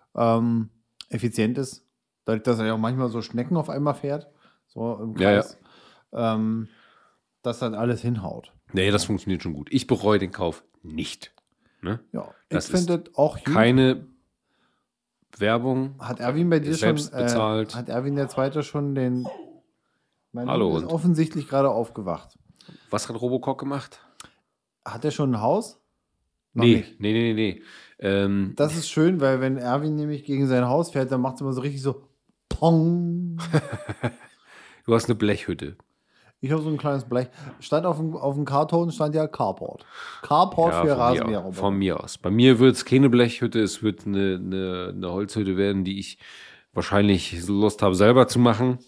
effizient ist, dadurch, dass er ja auch manchmal so Schnecken auf einmal fährt, so im Kreis, dass dann alles hinhaut. Nee, das funktioniert schon gut. Ich bereue den Kauf nicht. Ne? Ja, ich finde auch gut. Keine Werbung. Hat Erwin bei dir selbst bezahlt. Hat Erwin der Zweite schon den... Hallo. Hund ist offensichtlich gerade aufgewacht. Was hat Robocock gemacht? Hat er schon ein Haus? Nee. Das ist schön, weil wenn Erwin nämlich gegen sein Haus fährt, dann macht es immer so richtig so Pong. Du hast eine Blechhütte. Ich habe so ein kleines Blech. Stand auf dem Karton, stand ja Carport. Carport für Rasenmäherroboter. Von mir aus. Bei mir wird es keine Blechhütte, es wird eine Holzhütte werden, die ich wahrscheinlich Lust habe, selber zu machen.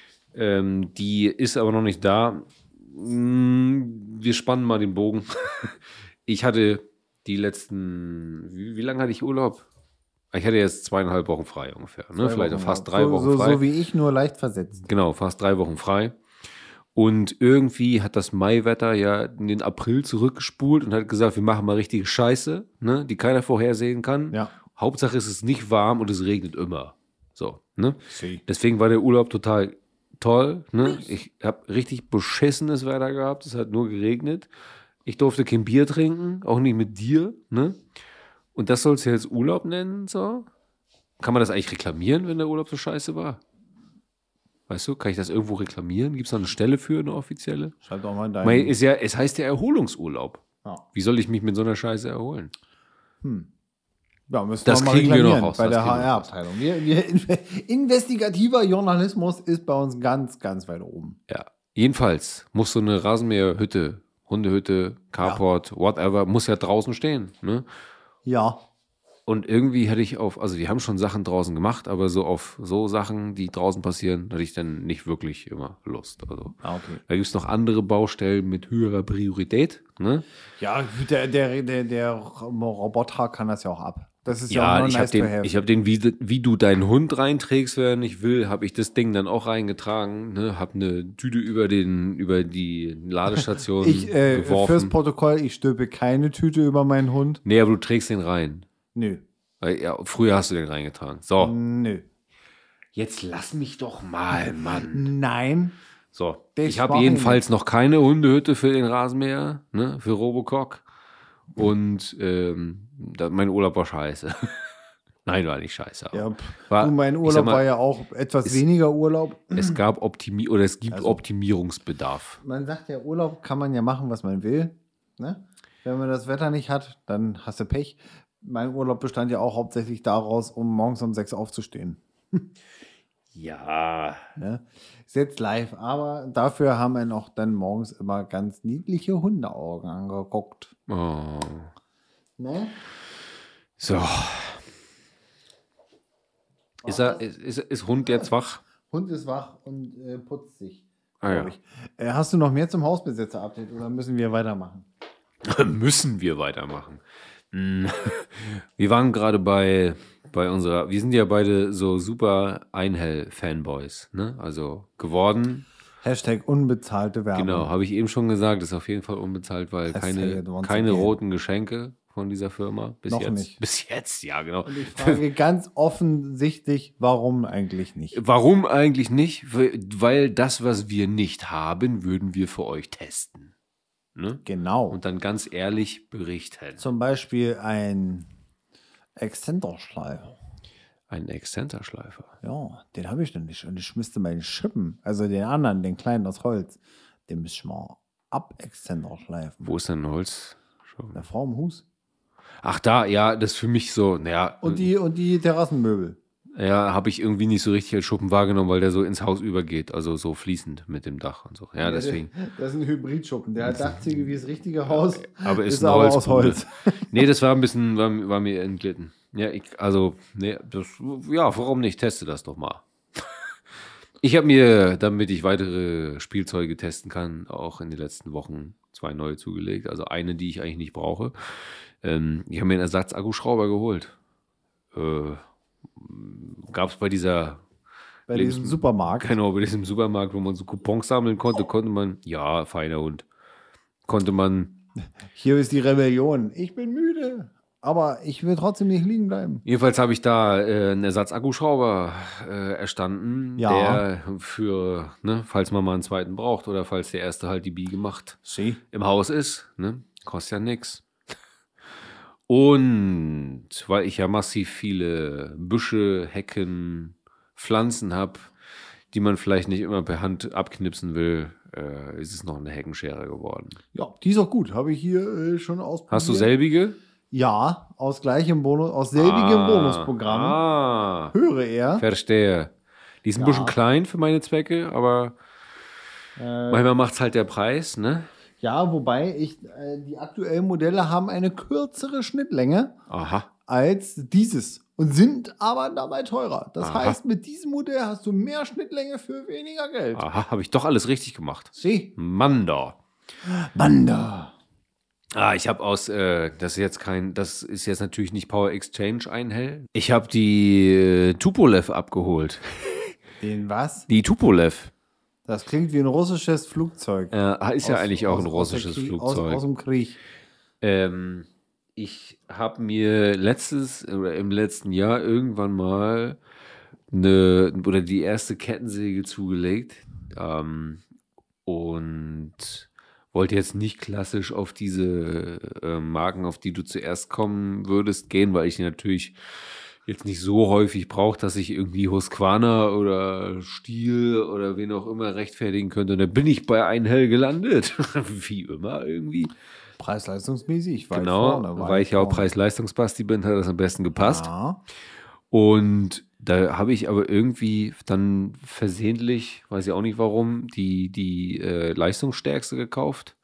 Die ist aber noch nicht da. Wir spannen mal den Bogen. Ich hatte die letzten, wie lange hatte ich Urlaub? Ich hatte jetzt 2,5 Wochen frei ungefähr. Ne? Vielleicht auch fast 3 Wochen frei. So wie ich, nur leicht versetzt. Genau, fast 3 Wochen frei. Und irgendwie hat das Maiwetter ja in den April zurückgespult und hat gesagt, wir machen mal richtige Scheiße, ne, die keiner vorhersehen kann. Ja. Hauptsache es ist nicht warm und es regnet immer. So, ne? See. Deswegen war der Urlaub total toll. Ne? Ich habe richtig beschissenes Wetter gehabt. Es hat nur geregnet. Ich durfte kein Bier trinken, auch nicht mit dir. Ne? Und das sollst du jetzt Urlaub nennen? So? Kann man das eigentlich reklamieren, wenn der Urlaub so scheiße war? Weißt du, kann ich das irgendwo reklamieren? Gibt es da eine Stelle für, eine offizielle? Schreib doch mal deinen. Es heißt ja Erholungsurlaub. Ja. Wie soll ich mich mit so einer Scheiße erholen? Ja, müssen das wir mal kriegen wir reklamieren noch raus. Bei der HR-Abteilung. Investigativer Journalismus ist bei uns ganz, ganz weit oben. Ja, jedenfalls muss so eine Rasenmäherhütte, Hundehütte, Carport, whatever, muss ja draußen stehen. Ne? Ja. Und irgendwie hätte ich also wir haben schon Sachen draußen gemacht, aber so auf so Sachen, die draußen passieren, hatte ich dann nicht wirklich immer Lust. Also, okay. Da gibt es noch andere Baustellen mit höherer Priorität. Ne? Ja, der Roboter kann das ja auch ab. Das ist ja, auch ich habe den, wie du deinen Hund reinträgst, wenn er nicht will, habe ich das Ding dann auch reingetragen, ne? Habe eine Tüte über die Ladestation geworfen. Fürs Protokoll, ich stülpe keine Tüte über meinen Hund. Nee, aber du trägst den rein. Nö. Weil, ja, früher hast du den reingetragen. So. Nö. Jetzt lass mich doch mal, Mann. Nein. So. Ich habe jedenfalls noch keine Hundehütte für den Rasenmäher, ne? Für Robocock. Und mein Urlaub war scheiße. Nein, war nicht scheiße. Ja, mein Urlaub war ja auch etwas weniger Urlaub. Es gibt Optimierungsbedarf. Man sagt ja, Urlaub kann man ja machen, was man will. Ne? Wenn man das Wetter nicht hat, dann hast du Pech. Mein Urlaub bestand ja auch hauptsächlich daraus, um morgens um 6 aufzustehen. Ja. Ne? Ist jetzt live, aber dafür haben wir noch dann morgens immer ganz niedliche Hundeaugen angeguckt. Oh. Ne? So. Ist Hund jetzt wach? Hund ist wach und putzt sich. Ja. Hast du noch mehr zum Hausbesitzer-Update oder müssen wir weitermachen? Müssen wir weitermachen. Wir waren gerade bei unserer, wir sind ja beide so super Einhell-Fanboys, ne? Also geworden. Hashtag unbezahlte Werbung. Genau, habe ich eben schon gesagt, ist auf jeden Fall unbezahlt, weil keine roten Geschenke von dieser Firma. Noch nicht. Bis jetzt, ja, genau. Und ich frage ganz offensichtlich, warum eigentlich nicht? Warum eigentlich nicht? Weil das, was wir nicht haben, würden wir für euch testen. Ne? Genau. Und dann ganz ehrlich berichten. Zum Beispiel ein Exzenterschleifer. Ein Exzenterschleifer? Ja, den habe ich noch nicht. Und ich müsste meinen Schippen, also den anderen, den kleinen aus Holz, den müsste ich mal ab-Exzenterschleifen. Wo ist denn ein Holz? Da vorne im Hus. Ach da, ja, das ist für mich so, naja. Und die Terrassenmöbel. Ja, habe ich irgendwie nicht so richtig als Schuppen wahrgenommen, weil der so ins Haus übergeht, also so fließend mit dem Dach und so. Ja, deswegen. Das ist ein Hybridschuppen. Der hat Dachziegel wie das richtige Haus, aber ist aber aus Holz. Nee, das war ein bisschen, war mir entglitten. Ja, warum nicht? Teste das doch mal. Ich habe mir, damit ich weitere Spielzeuge testen kann, auch in den letzten Wochen 2 neue zugelegt. Also eine, die ich eigentlich nicht brauche. Ich habe mir einen Ersatzakkuschrauber geholt. Gab es bei diesem Supermarkt. Genau, bei diesem Supermarkt, wo man so Coupons sammeln konnte man, ja, feiner Hund, konnte man. Hier ist die Rebellion. Ich bin müde, aber ich will trotzdem nicht liegen bleiben. Jedenfalls habe ich da einen Ersatzakkuschrauber erstanden, der für, ne, falls man mal einen zweiten braucht oder falls der erste halt die Biege macht, im Haus ist, ne, kostet ja nichts. Und weil ich ja massiv viele Büsche, Hecken, Pflanzen habe, die man vielleicht nicht immer per Hand abknipsen will, ist es noch eine Heckenschere geworden. Ja, die ist auch gut. Habe ich hier schon ausprobiert. Hast du selbige? Ja, aus selbigem Bonusprogramm. Höre er. Verstehe. Die ist ein bisschen klein für meine Zwecke, aber manchmal macht es halt der Preis, ne? Ja, wobei die aktuellen Modelle haben eine kürzere Schnittlänge als dieses und sind aber dabei teurer. Das heißt, mit diesem Modell hast du mehr Schnittlänge für weniger Geld. Aha, habe ich doch alles richtig gemacht. Sie. Manda. Ich habe das ist jetzt natürlich nicht Power Exchange Einhell. Ich habe die Tupolev abgeholt. Den was? Die Tupolev. Das klingt wie ein russisches Flugzeug. Ist ja eigentlich auch ein russisches Flugzeug. Aus dem Krieg. Ich habe mir im letzten Jahr irgendwann mal die erste Kettensäge zugelegt und wollte jetzt nicht klassisch auf diese Marken, auf die du zuerst kommen würdest, gehen, weil ich die natürlich jetzt nicht so häufig brauche, dass ich irgendwie Husqvarna oder Stihl oder wen auch immer rechtfertigen könnte. Und dann bin ich bei Einhell gelandet. Wie immer irgendwie. Preis-leistungsmäßig. Genau, weil ich ja auch Preis-Leistungsbasti bin, hat das am besten gepasst. Ja. Und da habe ich aber irgendwie dann versehentlich, weiß ich auch nicht warum, die leistungsstärkste gekauft.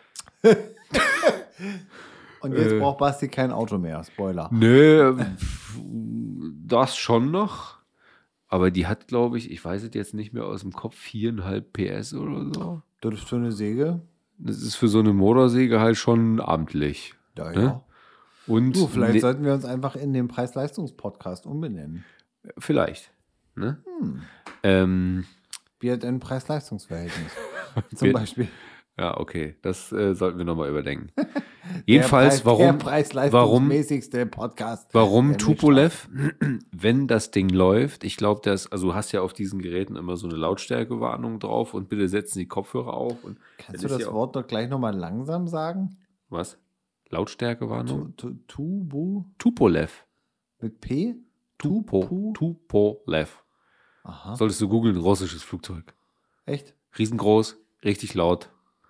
Und jetzt braucht Basti kein Auto mehr, Spoiler. Nö, das schon noch. Aber die hat, glaube ich weiß es jetzt nicht mehr aus dem Kopf, 4,5 PS oder so. Das ist für eine Säge? Das ist für so eine Motorsäge halt schon amtlich. Ja. Ne? Und vielleicht sollten wir uns einfach in den Preis-Leistungs-Podcast umbenennen. Vielleicht. Ne? Wie hat ein Preis-Leistungs-Verhältnis? Zum Beispiel. Ja, okay. Das sollten wir nochmal überdenken. Jedenfalls, der preis-leistungsmäßigste Podcast. Warum Tupolev, wenn das Ding läuft, ich glaube, du hast ja auf diesen Geräten immer so eine Lautstärkewarnung drauf und bitte setzen die Kopfhörer auf. Und kannst du das Wort doch gleich nochmal langsam sagen? Was? Lautstärkewarnung? Tupolev. Mit P? Tupolev. Aha. Solltest du googeln, russisches Flugzeug. Echt? Riesengroß, richtig laut.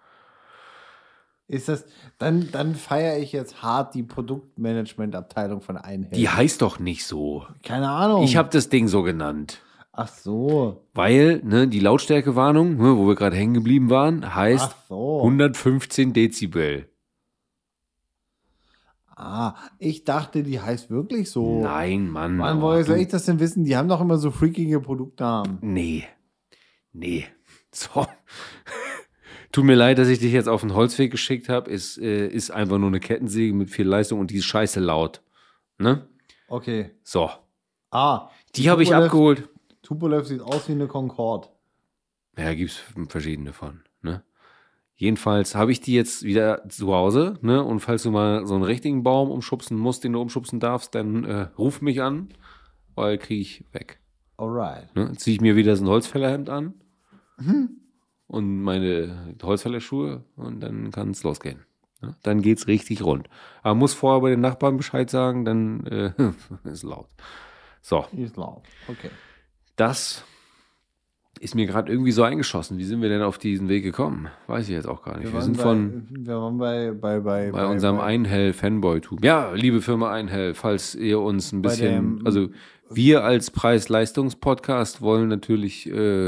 Ist das, dann feiere ich jetzt hart die Produktmanagement-Abteilung von Einhell. Die heißt doch nicht so. Keine Ahnung. Ich habe das Ding so genannt. Ach so. Weil, die Lautstärkewarnung, wo wir gerade hängen geblieben waren, heißt 115 Dezibel. Ich dachte, die heißt wirklich so. Nein, Mann. Mann, woher soll ich das denn wissen? Die haben doch immer so freakige Produktnamen. Nee. So. Tut mir leid, dass ich dich jetzt auf den Holzweg geschickt habe. Es ist einfach nur eine Kettensäge mit viel Leistung und die ist scheiße laut. Ne? Okay. So. Die habe ich abgeholt. Tupolev sieht aus wie eine Concorde. Ja, gibt es verschiedene von. Ne? Jedenfalls habe ich die jetzt wieder zu Hause. Ne? Und falls du mal so einen richtigen Baum umschubsen musst, den du umschubsen darfst, dann ruf mich an, weil kriege ich weg. Alright. Ne? Ziehe ich mir wieder so ein Holzfällerhemd an. Und meine Holzfällerschuhe und dann kann es losgehen. Ja, dann geht's richtig rund. Aber muss vorher bei den Nachbarn Bescheid sagen, dann ist laut. So. Ist laut, okay. Das ist mir gerade irgendwie so eingeschossen. Wie sind wir denn auf diesen Weg gekommen? Weiß ich jetzt auch gar nicht. Wir waren bei unserem Einhell-Fanboy-Tum. Ja, liebe Firma Einhell, falls ihr uns ein bisschen, wir als Preis-Leistungs-Podcast wollen natürlich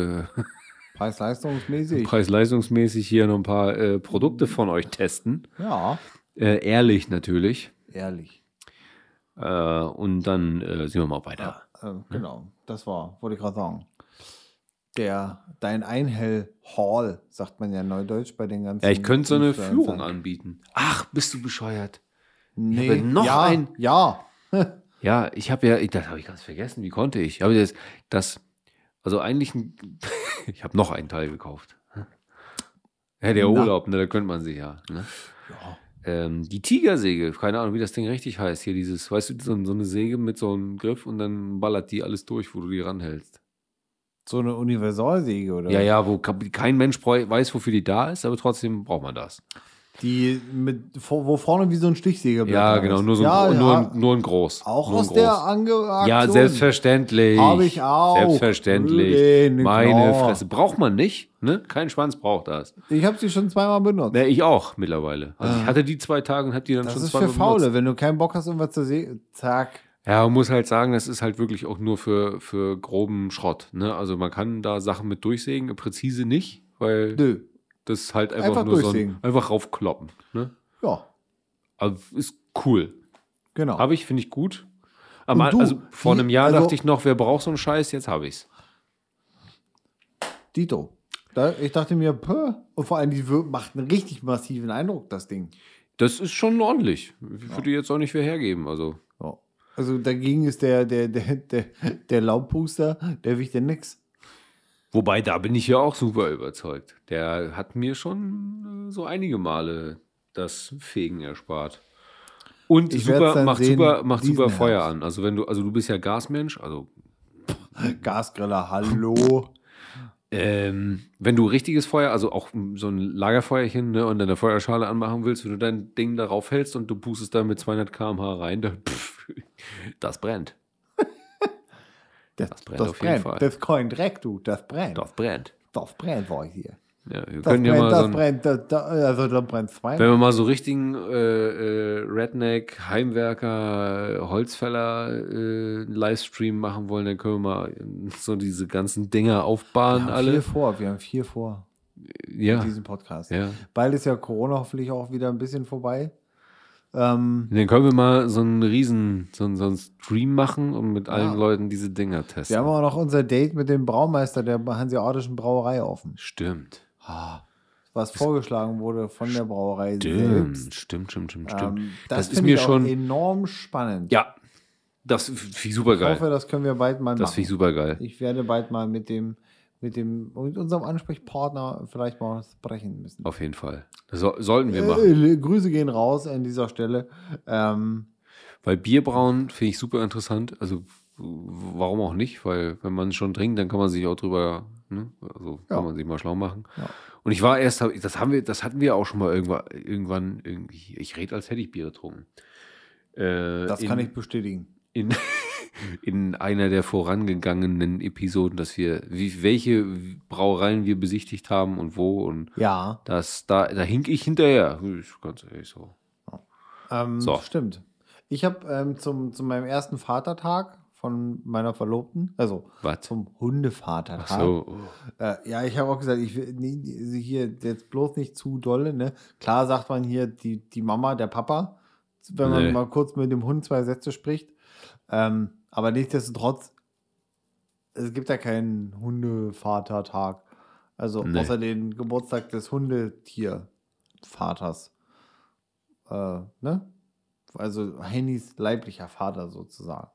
Preis-leistungsmäßig hier noch ein paar Produkte von euch testen. Ja. Ehrlich natürlich. Ehrlich. Und dann sehen wir mal weiter. Genau, das wollte ich gerade sagen. Dein Einhell-Hall, sagt man ja neudeutsch bei den ganzen. Ja, ich könnte so eine Führung anbieten. Ach, bist du bescheuert? Nee, ich noch ein. Ja. Ja, das habe ich ganz vergessen. Wie konnte ich? Also eigentlich, ich habe noch einen Teil gekauft. Ja, der Urlaub, da könnte man sich ja. Ne? Ja. Die Tigersäge, keine Ahnung, wie das Ding richtig heißt. Hier dieses, weißt du, so eine Säge mit so einem Griff und dann ballert die alles durch, wo du die ranhältst. So eine Universalsäge, oder? Ja, wo kein Mensch weiß, wofür die da ist, aber trotzdem braucht man das. Die wo vorne wie so ein Stichsägeblatt. Ja, genau, nur ein groß. Auch nur aus der Aktion? Ja, selbstverständlich. Habe ich auch. Selbstverständlich. Meine Fresse. Braucht man nicht, ne? Kein Schwanz braucht das. Ich habe sie schon zweimal benutzt. Ja, ich auch mittlerweile. Also ich hatte die 2 Tage und habe die dann schon zweimal benutzt. Das ist für Faule. Wenn du keinen Bock hast, irgendwas zu sehen, zack. Ja, man muss halt sagen, das ist halt wirklich auch nur für groben Schrott. Ne? Also man kann da Sachen mit durchsägen, präzise nicht, weil das ist halt einfach nur einfach raufkloppen. Ne? Ja. Aber ist cool. Genau. Finde ich gut. Also vor einem Jahr dachte ich noch, wer braucht so einen Scheiß, jetzt habe ich's. Dito. Ich dachte mir, und vor allem, die macht einen richtig massiven Eindruck, das Ding. Das ist schon ordentlich. Ich würde jetzt auch nicht mehr hergeben. Also. Ja. Also dagegen ist der Laubpuster, der wiegt ja nix. Wobei, da bin ich ja auch super überzeugt. Der hat mir schon so einige Male das Fegen erspart. Und macht super Feuer an. Also du bist ja Gasmensch, also Gasgriller, hallo. Wenn du richtiges Feuer, also auch so ein Lagerfeuerchen, ne, und deine Feuerschale anmachen willst, wenn du dein Ding darauf hältst und du pustest da mit 200 km/h rein, das brennt. Das brennt auf jeden Fall. Das ist kein Dreck, du. Das brennt. Das brennt. Das brennt, war ich hier. Ja, wir können ja mal das brennt, da brennt zwei. Wenn wir mal so richtigen Redneck, Heimwerker, Holzfäller Livestream machen wollen, dann können wir mal so diese ganzen Dinger aufbauen. Wir haben 4 vor. Ja. Mit diesem Podcast. Ja. Bald ist ja Corona hoffentlich auch wieder ein bisschen vorbei. Dann können wir mal so einen so einen Stream machen und mit allen Leuten diese Dinger testen. Wir haben auch noch unser Date mit dem Braumeister der Hanseatischen Brauerei offen. Stimmt. Was vorgeschlagen wurde von der Brauerei selbst. Stimmt. Das ist mir schon enorm spannend. Ja, das finde ich super geil. Ich hoffe, das können wir bald mal machen. Das finde ich super geil. Ich werde bald mal mit unserem Ansprechpartner vielleicht mal sprechen müssen. Auf jeden Fall. Das sollten wir machen. Grüße gehen raus an dieser Stelle. Weil Bierbrauen finde ich super interessant. Also warum auch nicht? Weil wenn man schon trinkt, dann kann man sich auch drüber, ne? Also kann man sich mal schlau machen. Ja. Und ich war erst, das hatten wir auch schon mal irgendwann irgendwie, ich rede, als hätte ich Bier getrunken. Das kann ich bestätigen. In einer der vorangegangenen Episoden, dass wir, welche Brauereien wir besichtigt haben und wo und da hink ich hinterher. Ganz ehrlich so. Stimmt. Ich habe zu meinem ersten Vatertag von meiner Verlobten, also zum Hundevatertag. Ach so. Ich habe auch gesagt, ich will hier jetzt bloß nicht zu dolle. Ne? Klar sagt man hier die Mama, der Papa, wenn man mal kurz mit dem Hund 2 Sätze spricht. Aber nichtsdestotrotz, es gibt ja keinen Hundevatertag. Also außer den Geburtstag des Hundetiervaters. Ne? Also Hennys leiblicher Vater sozusagen.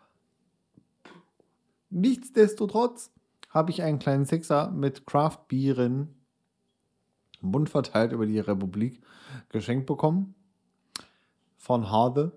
Nichtsdestotrotz habe ich einen kleinen Sixer mit Craft-Bieren bunt verteilt über die Republik geschenkt bekommen. Von Hade.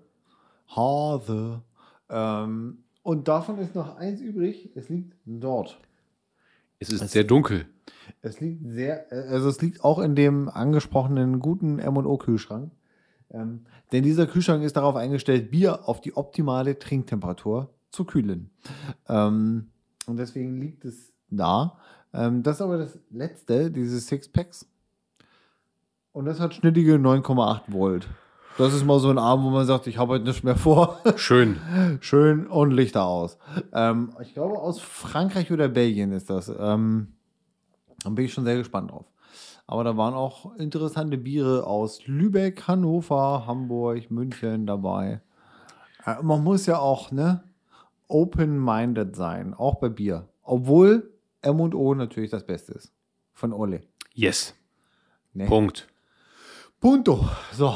Und davon ist noch eins übrig. Es liegt dort. Es ist sehr dunkel. Es liegt auch in dem angesprochenen guten M&O-Kühlschrank. Denn dieser Kühlschrank ist darauf eingestellt, Bier auf die optimale Trinktemperatur zu kühlen. Und deswegen liegt es da. Das ist aber das letzte, dieses Sixpacks. Und das hat schnittige 9,8 Volt. Das ist mal so ein Abend, wo man sagt, ich habe heute nichts mehr vor. Schön. Schön und Lichter aus. Ich glaube, aus Frankreich oder Belgien ist das. Da bin ich schon sehr gespannt drauf. Aber da waren auch interessante Biere aus Lübeck, Hannover, Hamburg, München dabei. Man muss ja auch, open-minded sein, auch bei Bier. Obwohl M&O natürlich das Beste ist. Von Ole. Yes. Punkt. Punto. So.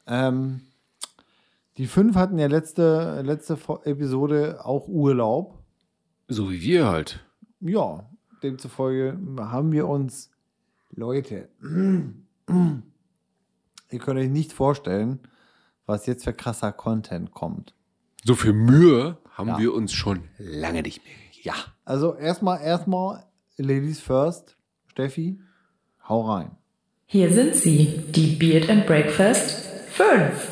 Die 5 hatten ja letzte Episode auch Urlaub. So wie wir halt. Ja, demzufolge haben wir uns, Leute, ihr könnt euch nicht vorstellen, was jetzt für krasser Content kommt. So viel Mühe haben wir uns schon lange nicht mehr gegeben. Ja, also erstmal Ladies first. Steffi, hau rein. Hier sind sie, die Beard and Breakfast 5.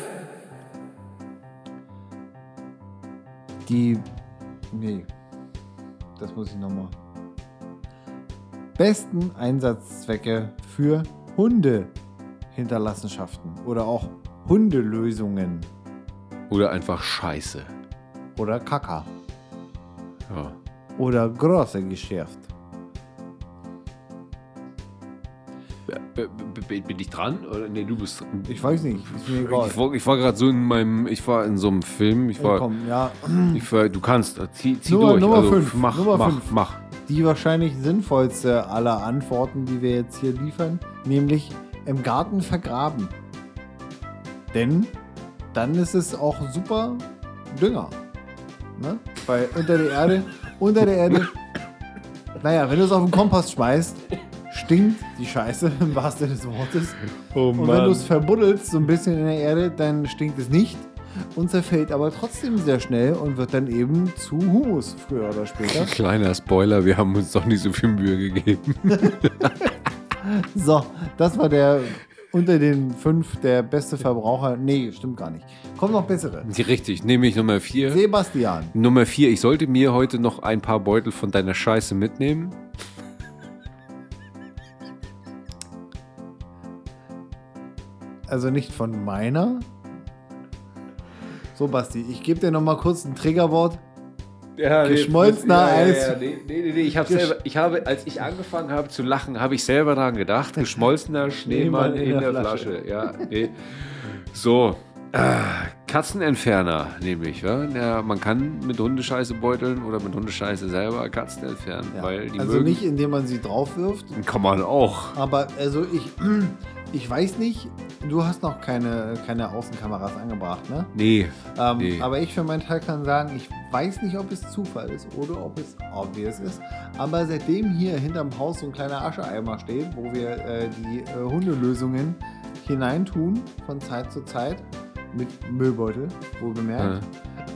Das muss ich nochmal. Besten Einsatzzwecke für Hundehinterlassenschaften oder auch Hundelösungen. Oder einfach Scheiße. oder Kaka. Ja. Oder große Geschäft. Bin ich dran? Oder nee, du bist. Ich weiß nicht. Ist mir egal. Ich war gerade so ich war in so einem Film. Komm, ja. Du kannst, zieh Nummer, durch. Nummer 5. Mach. Die wahrscheinlich sinnvollste aller Antworten, die wir jetzt hier liefern, nämlich im Garten vergraben. Denn dann ist es auch super Dünger. Ne? Weil unter der Erde, naja, wenn du es auf den Kompost schmeißt, stinkt die Scheiße im wahrsten Sinne des Wortes. Oh, und wenn du es verbuddelst so ein bisschen in der Erde, dann stinkt es nicht und zerfällt aber trotzdem sehr schnell und wird dann eben zu Humus früher oder später. Kleiner Spoiler, wir haben uns doch nicht so viel Mühe gegeben. So, das war der unter den 5 der beste Verbraucher. Nee, stimmt gar nicht. Kommt noch bessere. Richtig, nämlich Nummer 4. Sebastian. Nummer 4, ich sollte mir heute noch ein paar Beutel von deiner Scheiße mitnehmen. Also nicht von meiner. So, Basti, ich gebe dir noch mal kurz ein Triggerwort. Ja, geschmolzener Eis. Nee. Ich habe, als ich angefangen habe zu lachen, habe ich selber daran gedacht. Geschmolzener Schneemann in der Flasche. Ja, nee. So, Katzenentferner nämlich. Ja, man kann mit Hundescheiße beuteln oder mit Hundescheiße selber Katzen entfernen. Ja, weil die also nicht, indem man sie drauf wirft. Kann man auch. Aber also ich weiß nicht, du hast noch keine Außenkameras angebracht, ne? Nee. Aber ich für meinen Teil kann sagen, ich weiß nicht, ob es Zufall ist oder ob es obvious ist. Aber seitdem hier hinterm Haus so ein kleiner Ascheeimer steht, wo wir die Hundelösungen hineintun von Zeit zu Zeit, mit Müllbeutel, wohlbemerkt,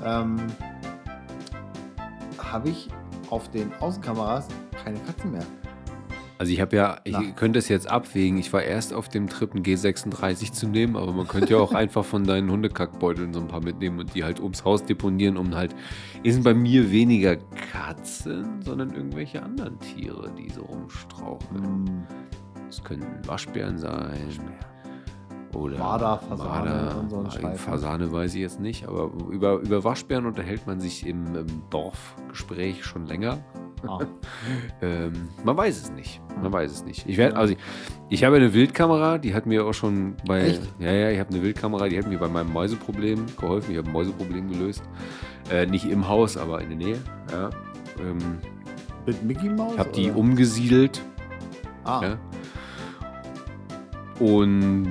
habe ich auf den Außenkameras keine Katzen mehr. Also ich könnte es jetzt abwägen. Ich war erst auf dem Trip, einen G36 zu nehmen, aber man könnte ja auch einfach von deinen Hundekackbeuteln so ein paar mitnehmen und die halt ums Haus deponieren, um halt, sind bei mir weniger Katzen, sondern irgendwelche anderen Tiere, die so rumstraucheln. Das können Waschbären sein. Oder Marder, Fasane und so ein Scheiß. Fasane weiß ich jetzt nicht, aber über Waschbären unterhält man sich im Dorfgespräch schon länger. Man weiß es nicht. Ich habe eine Wildkamera, die hat mir auch schon bei. Echt? Ja, ich habe eine Wildkamera, die hat mir bei meinem Mäuseproblem geholfen. Ich habe ein Mäuseproblem gelöst. Nicht im Haus, aber in der Nähe. Ja. Mit Mickey Mouse? Ich habe die umgesiedelt. Ja. Und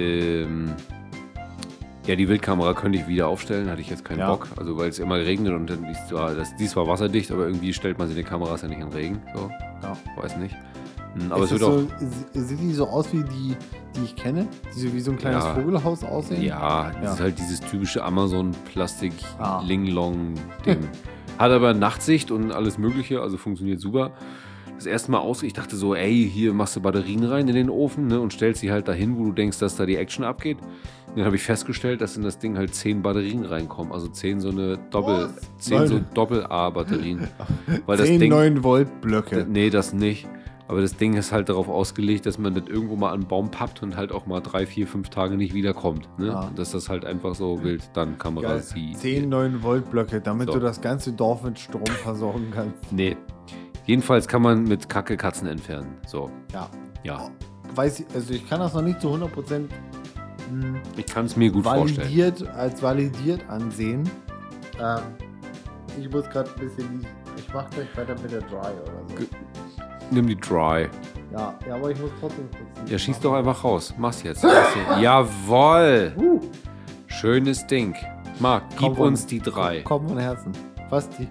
die Wildkamera könnte ich wieder aufstellen, hatte ich jetzt keinen Bock. Also weil es immer regnet und dann die ist zwar wasserdicht, aber irgendwie stellt man sie in die Kameras ja nicht in Regen. So. Ja. Weiß nicht. Aber es wird auch. Sieht die so aus wie die ich kenne? Die so wie so ein kleines Vogelhaus aussehen? Ja, das ist halt dieses typische Amazon-Plastik-Linglong-Ding. Hat aber Nachtsicht und alles Mögliche, also funktioniert super. Das erste Mal ich dachte so, hier machst du Batterien rein in den Ofen, ne, und stellst sie halt dahin, wo du denkst, dass da die Action abgeht. Und dann habe ich festgestellt, dass in das Ding halt 10 Batterien reinkommen, also 10 so Doppel-A-Batterien. 10 9-Volt-Blöcke. Nee, das nicht. Aber das Ding ist halt darauf ausgelegt, dass man das irgendwo mal an einen Baum pappt und halt auch mal 3, 4, 5 Tage nicht wiederkommt. Ne? Ja. Dass das halt einfach so wild dann Kamera sieht. 10 9-Volt-Blöcke, damit du das ganze Dorf mit Strom versorgen kannst. Nee. Jedenfalls kann man mit Kacke Katzen entfernen. So. Ja. Ich kann das noch nicht zu 100% ich kann es mir gut vorstellen. Als validiert ansehen. Ich muss gerade ein bisschen. Ich mache gleich weiter mit der Dry oder so. Nimm die Dry. Ja, aber ich muss trotzdem kurz. Ja, schieß doch einfach raus. Mach's jetzt. Jawoll! Schönes Ding. Marc, gib uns die 3. Komm von Herzen. Was die?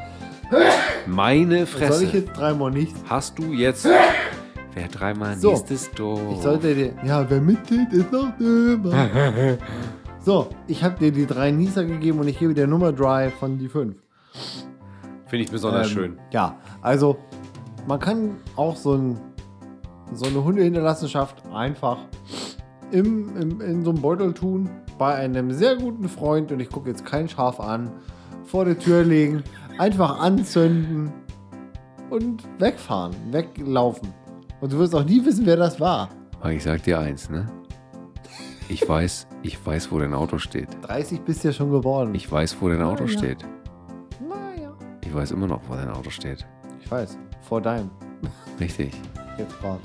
Meine Fresse. Soll ich jetzt 3-mal nichts? Hast du jetzt. Wer 3-mal nichts ist doof. Ich sollte dir. Ja, wer mitteilt, ist noch dümmer. So, ich habe dir die 3 Nieser gegeben und ich gebe dir Nummer Dry von die 5. Finde ich besonders schön. Ja, also man kann auch so eine Hundehinterlassenschaft einfach in so einem Beutel tun, bei einem sehr guten Freund, und ich gucke jetzt kein Schaf an, vor der Tür legen, einfach anzünden und weglaufen. Und du wirst auch nie wissen, wer das war. Ich sag dir eins, ne? Ich weiß, wo dein Auto steht. 30 bist du ja schon geworden. Ich weiß, wo dein Auto steht. Ich weiß immer noch, wo dein Auto steht. Ich weiß. Vor deinem. Richtig. Jetzt gerade.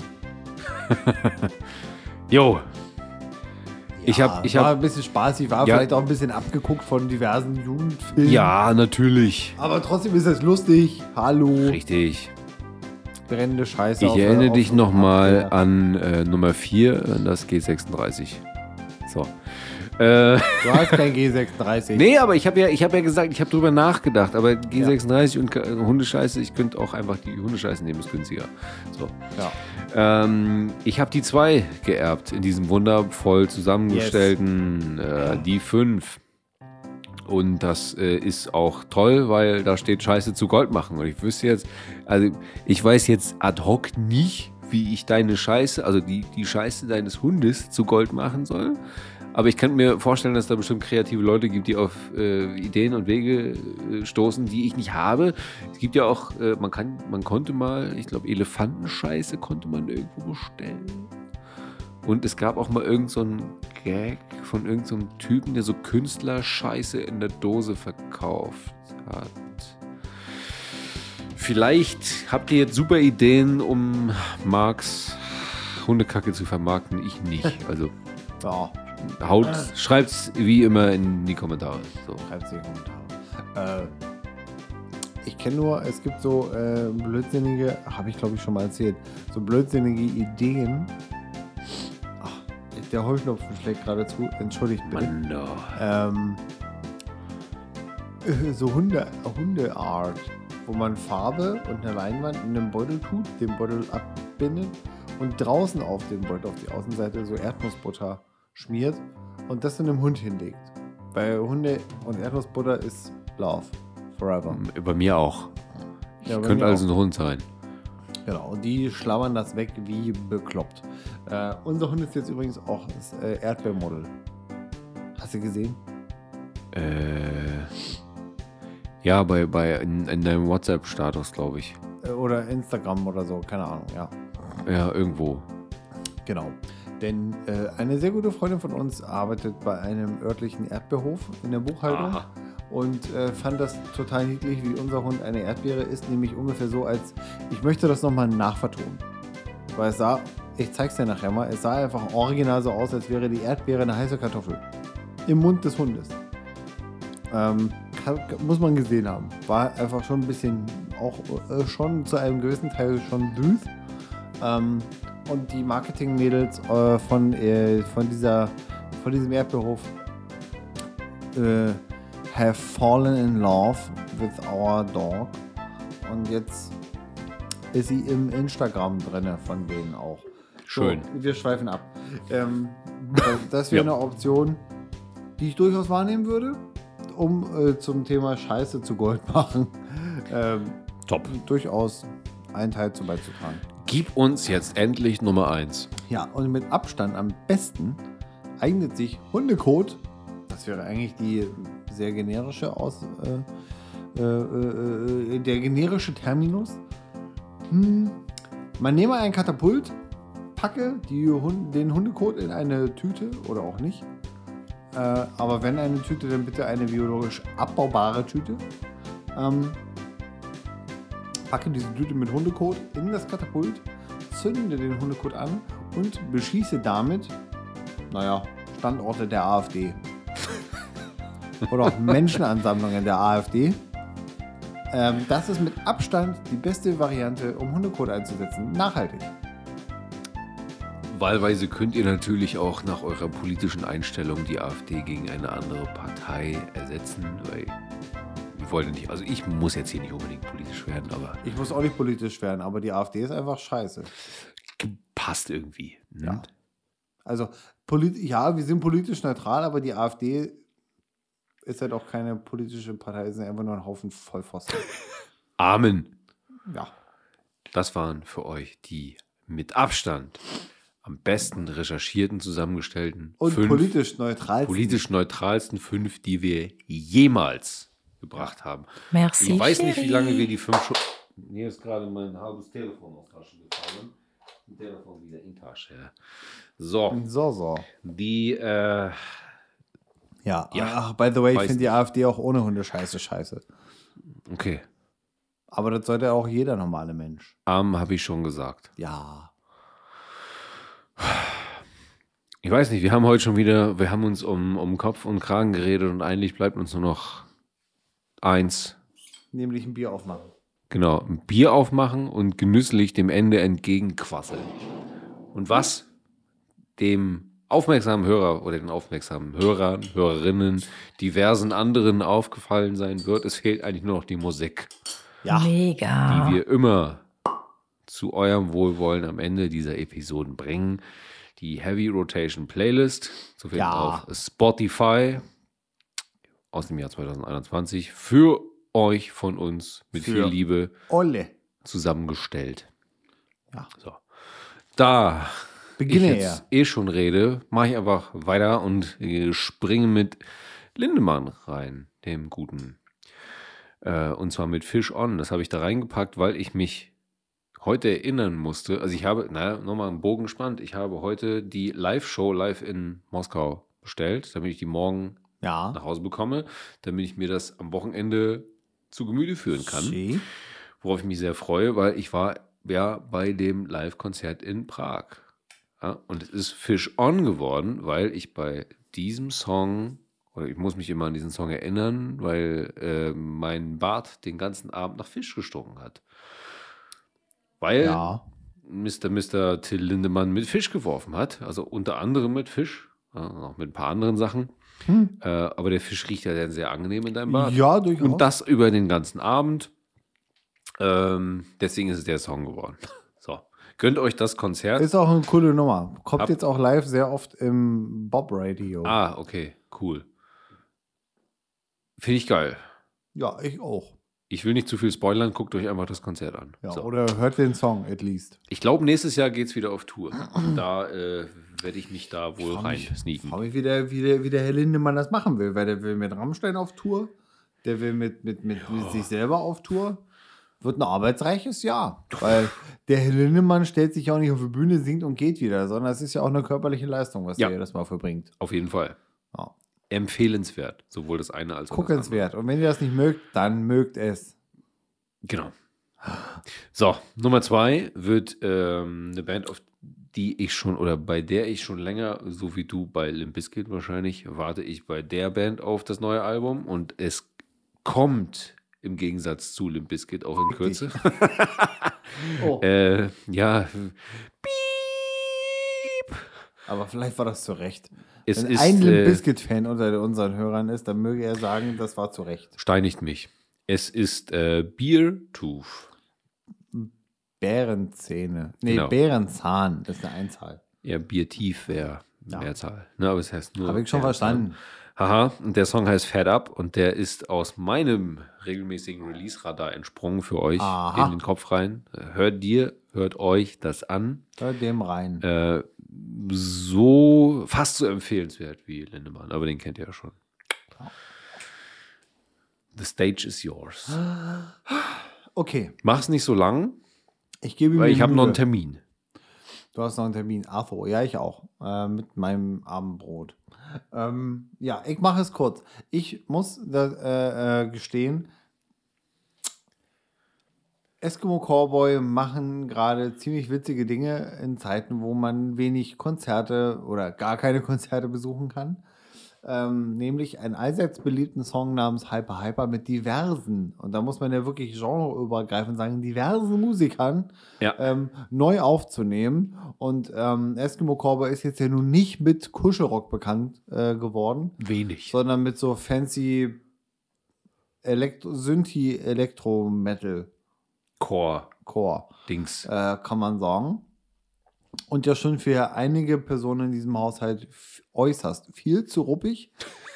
Jo. Ja, war ein bisschen spaßig, war vielleicht auch ein bisschen abgeguckt von diversen Jugendfilmen. Ja, natürlich. Aber trotzdem ist es lustig. Hallo. Richtig. Brennende Scheiße. Ich erinnere dich nochmal an Nummer 4, das G36. So. Du hast kein G36. Nee, aber ich habe ja gesagt, ich habe drüber nachgedacht. Aber G36 und Hundescheiße, ich könnte auch einfach die Hundescheiße nehmen, ist günstiger. So. Ja. Ich habe die 2 geerbt in diesem wundervoll zusammengestellten die 5. Und das ist auch toll, weil da steht Scheiße zu Gold machen. Und ich wüsste jetzt, also ich weiß jetzt ad hoc nicht, wie ich deine Scheiße, also die Scheiße deines Hundes zu Gold machen soll. Aber ich kann mir vorstellen, dass da bestimmt kreative Leute gibt, die auf Ideen und Wege stoßen, die ich nicht habe. Es gibt ja auch, man konnte mal, ich glaube, Elefantenscheiße konnte man irgendwo bestellen. Und es gab auch mal irgend so einen Gag von irgendeinem Typen, der so Künstlerscheiße in der Dose verkauft hat. Vielleicht habt ihr jetzt super Ideen, um Marks Hundekacke zu vermarkten. Ich nicht. Also ja. Schreibt's wie immer in die Kommentare. So. Schreibt's in die Kommentare. Ich kenne nur, es gibt so blödsinnige, habe ich glaube ich schon mal erzählt, so blödsinnige Ideen. Der Heuschnupfen schlägt gerade zu, entschuldigt bitte. So Hundeart, wo man Farbe und eine Leinwand in einem Beutel tut, den Beutel abbindet und draußen auf dem Beutel, auf die Außenseite, so Erdnussbutter schmiert und das in einem Hund hinlegt. Weil Hunde und Erdnussbutter ist Love. Forever. Bei mir auch. Ja, könnte also ein Hund sein. Genau, und die schlammern das weg wie bekloppt. Unser Hund ist jetzt übrigens auch das Erdbeermodel. Hast du gesehen? Ja, in deinem WhatsApp-Status, glaube ich. Oder Instagram oder so, keine Ahnung, ja. Ja, irgendwo. Genau. Denn eine sehr gute Freundin von uns arbeitet bei einem örtlichen Erdbeerhof in der Buchhaltung. Aha. Und fand das total niedlich, wie unser Hund eine Erdbeere isst, nämlich ungefähr so, als ich möchte das nochmal nachvertonen. Weil es sah, ich zeig's dir nachher mal, es sah einfach original so aus, als wäre die Erdbeere eine heiße Kartoffel. Im Mund des Hundes. Muss man gesehen haben. War einfach schon ein bisschen, auch schon zu einem gewissen Teil schon süß. Und die Marketing-Mädels von diesem Erdbeerhof have fallen in love with our dog. Und jetzt ist sie im Instagram drin von denen auch. Schön. So, wir schweifen ab. Das wäre eine Option, die ich durchaus wahrnehmen würde, um zum Thema Scheiße zu Gold machen. Top. Durchaus einen Teil zu beizutragen. Gib uns jetzt endlich Nummer 1. Ja, und mit Abstand am besten eignet sich Hundekot. Das wäre eigentlich die sehr generische der generische Terminus. Man nehme ein Katapult, packe den Hundekot in eine Tüte oder auch nicht. Aber wenn eine Tüte, dann bitte eine biologisch abbaubare Tüte. Packe diese Tüte mit Hundekot in das Katapult, zünde den Hundekot an und beschieße damit, Standorte der AfD. Oder auch Menschenansammlungen der AfD. Das ist mit Abstand die beste Variante, um Hundekot einzusetzen. Nachhaltig. Wahlweise könnt ihr natürlich auch nach eurer politischen Einstellung die AfD gegen eine andere Partei ersetzen, weil ich wollte nicht, also ich muss jetzt hier nicht unbedingt politisch werden, aber... Ich muss auch nicht politisch werden, aber die AfD ist einfach scheiße. Passt irgendwie. Ne? Ja. Also, wir sind politisch neutral, aber die AfD ist halt auch keine politische Partei, ist einfach nur ein Haufen Vollpfosten. Amen. Ja. Das waren für euch die mit Abstand am besten recherchierten, zusammengestellten und politisch neutralsten 5, die wir jemals gebracht haben. Merci. Ich weiß nicht, wie lange wir die 5 schon... Mir ist gerade mein halbes Telefon aus der Tasche gefallen. Ein Telefon wieder in die Tasche. So. Die... Ja. Ach, by the way, ich finde die AfD auch ohne Hunde scheiße. Okay. Aber das sollte auch jeder normale Mensch. Arm habe ich schon gesagt. Ja. Ich weiß nicht, wir haben heute schon wieder, wir haben uns um Kopf und Kragen geredet und eigentlich bleibt uns nur noch eins. Nämlich ein Bier aufmachen. Genau, ein Bier aufmachen und genüsslich dem Ende entgegenquasseln. Und was dem aufmerksamen Hörer oder den aufmerksamen Hörern, Hörerinnen, diversen anderen aufgefallen sein wird, es fehlt eigentlich nur noch die Musik. Ja. Mega. Die wir immer zu eurem Wohlwollen am Ende dieser Episoden bringen. Die Heavy Rotation Playlist, zu finden auf Spotify aus dem Jahr 2021, für euch von uns mit viel Liebe zusammengestellt. Ja. So. Da Beginne ich jetzt schon rede, mache ich einfach weiter und springe mit Lindemann rein, dem Guten. Und zwar mit Fish On. Das habe ich da reingepackt, weil ich mich heute erinnern musste. Also ich habe, nochmal einen Bogen gespannt. Ich habe heute die Live-Show live in Moskau bestellt, damit ich die morgen nach Hause bekomme, damit ich mir das am Wochenende zu Gemüte führen kann. Worauf ich mich sehr freue, weil ich war ja bei dem Live-Konzert in Prag. Ja, und es ist Fish On geworden, weil ich bei diesem Song, oder ich muss mich immer an diesen Song erinnern, weil mein Bart den ganzen Abend nach Fisch gestunken hat. Weil Mr. Till Lindemann mit Fisch geworfen hat, also unter anderem mit Fisch, auch mit ein paar anderen Sachen. Aber der Fisch riecht ja dann sehr angenehm in deinem Bart. Ja, durchaus. Und das über den ganzen Abend. Deswegen ist es der Song geworden. So, gönnt euch das Konzert. Ist auch eine coole Nummer. Kommt jetzt auch live sehr oft im Bob Radio. Ah, okay, cool. Finde ich geil. Ja, ich auch. Ich will nicht zu viel spoilern, guckt euch einfach das Konzert an. Ja, so. Oder hört den Song at least. Ich glaube, nächstes Jahr geht es wieder auf Tour. Da werde ich mich da wohl rein sneaken. Ich frage mich, wie der Herr Lindemann das machen will. Weil der will mit Rammstein auf Tour, der will mit sich selber auf Tour. Wird ein arbeitsreiches Jahr. Weil der Herr Lindemann stellt sich auch nicht auf die Bühne, singt und geht wieder, sondern es ist ja auch eine körperliche Leistung, was der das mal verbringt. Auf jeden Fall. Ja. Empfehlenswert, sowohl das eine als auch das andere. Guckenswert. Und wenn ihr das nicht mögt, dann mögt es. Genau. So, Nummer 2 wird eine Band, auf die ich schon, oder bei der ich schon länger, so wie du bei Limp Bizkit wahrscheinlich, warte ich bei der Band auf das neue Album und es kommt im Gegensatz zu Limp Bizkit auch in Kürze. Ja. Piep. Aber vielleicht war das zu Recht. Es Wenn ist, ein Limp Bizkit-Fan unter unseren Hörern ist, dann möge er sagen, das war zu Recht. Steinigt mich. Es ist Beartooth. Bärenzähne. Nee, Genau. Bärenzahn. Das ist eine Einzahl. Ja, Biertief wäre Mehrzahl. Ne, aber es heißt nur. Habe ich schon verstanden. Haha, und der Song heißt Fed Up und der ist aus meinem regelmäßigen Release-Radar entsprungen für euch in den Kopf rein. Hört euch das an. Hört dem rein. So fast so empfehlenswert wie Lindemann, aber den kennt ihr ja schon. The stage is yours. Okay. Mach's nicht so lang, ich gebe mir weil ich habe Mühe. noch einen Termin. Du hast noch einen Termin. Arthur, ja, ich auch. Mit meinem Abendbrot. Ja, ich mache es kurz. Ich muss gestehen, Eskimo Cowboy machen gerade ziemlich witzige Dinge in Zeiten, wo man wenig Konzerte oder gar keine Konzerte besuchen kann. Nämlich einen allseits beliebten Song namens Hyper Hyper mit diversen, und da muss man ja wirklich genreübergreifend sagen, diversen Musikern neu aufzunehmen. Und Eskimo Cowboy ist jetzt ja nun nicht mit Kuschelrock bekannt geworden. Wenig. Sondern mit so fancy Synthi-Elektro-Metal. Core. Dings. Kann man sagen. Und ja schon für einige Personen in diesem Haushalt äußerst viel zu ruppig.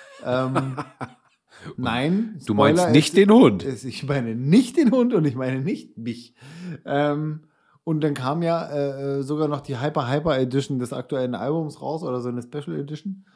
Nein. Du meinst nicht den Hund. Ich meine nicht den Hund und ich meine nicht mich. Und dann kam ja sogar noch die Hyper Hyper Edition des aktuellen Albums raus oder so eine Special Edition.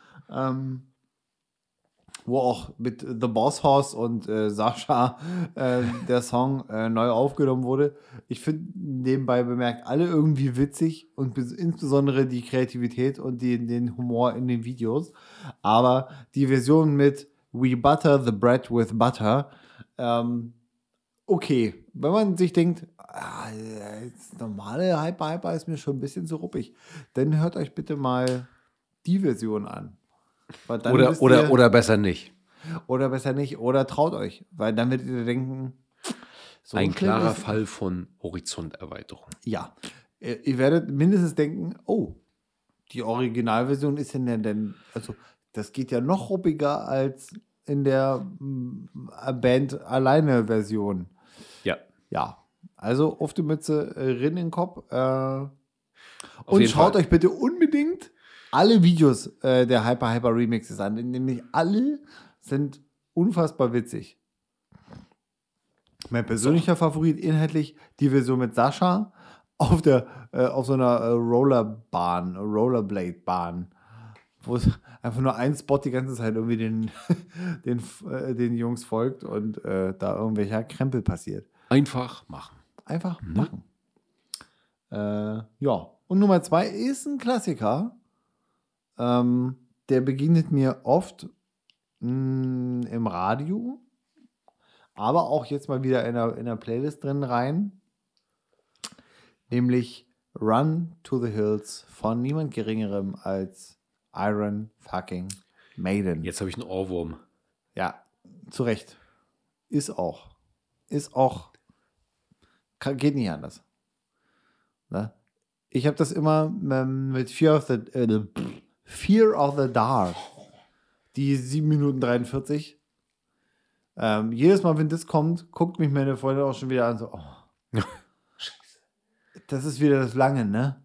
Wo auch mit The Boss Hoss und Sascha der Song neu aufgenommen wurde. Ich finde nebenbei bemerkt alle irgendwie witzig und insbesondere die Kreativität und den Humor in den Videos. Aber die Version mit We Butter the Bread with Butter okay. Wenn man sich denkt, das normale Hyper ist mir schon ein bisschen zu ruppig, dann hört euch bitte mal die Version an. Weil dann oder besser nicht. Oder besser nicht. Oder traut euch. Weil dann werdet ihr denken, so ein klarer Fall von Horizonterweiterung. Ja. Ihr werdet mindestens denken, oh, die Originalversion ist denn, also das geht ja noch ruppiger als in der Band alleine Version. Ja. Ja. Also auf die Mütze, Rinn in den Kopf. Und schaut euch bitte unbedingt alle Videos der Hyper Remixes an. Nämlich alle sind unfassbar witzig. Mein persönlicher Favorit inhaltlich die Version mit Sascha auf so einer Rollerblade-Bahn, wo es einfach nur ein Spot die ganze Zeit irgendwie den Jungs folgt und da irgendwelcher Krempel passiert. Einfach machen. Einfach machen. Ja. Und Nummer 2 ist ein Klassiker. Der begegnet mir oft im Radio, aber auch jetzt mal wieder in einer Playlist drin rein. Nämlich Run to the Hills von niemand Geringerem als Iron fucking Maiden. Jetzt habe ich einen Ohrwurm. Ja, zu Recht. Ist auch. Geht nicht anders. Ne? Ich habe das immer mit Fear of the Dark. Die 7 Minuten 43. Jedes Mal, wenn das kommt, guckt mich meine Freundin auch schon wieder an, so, oh. Das ist wieder das Lange, ne?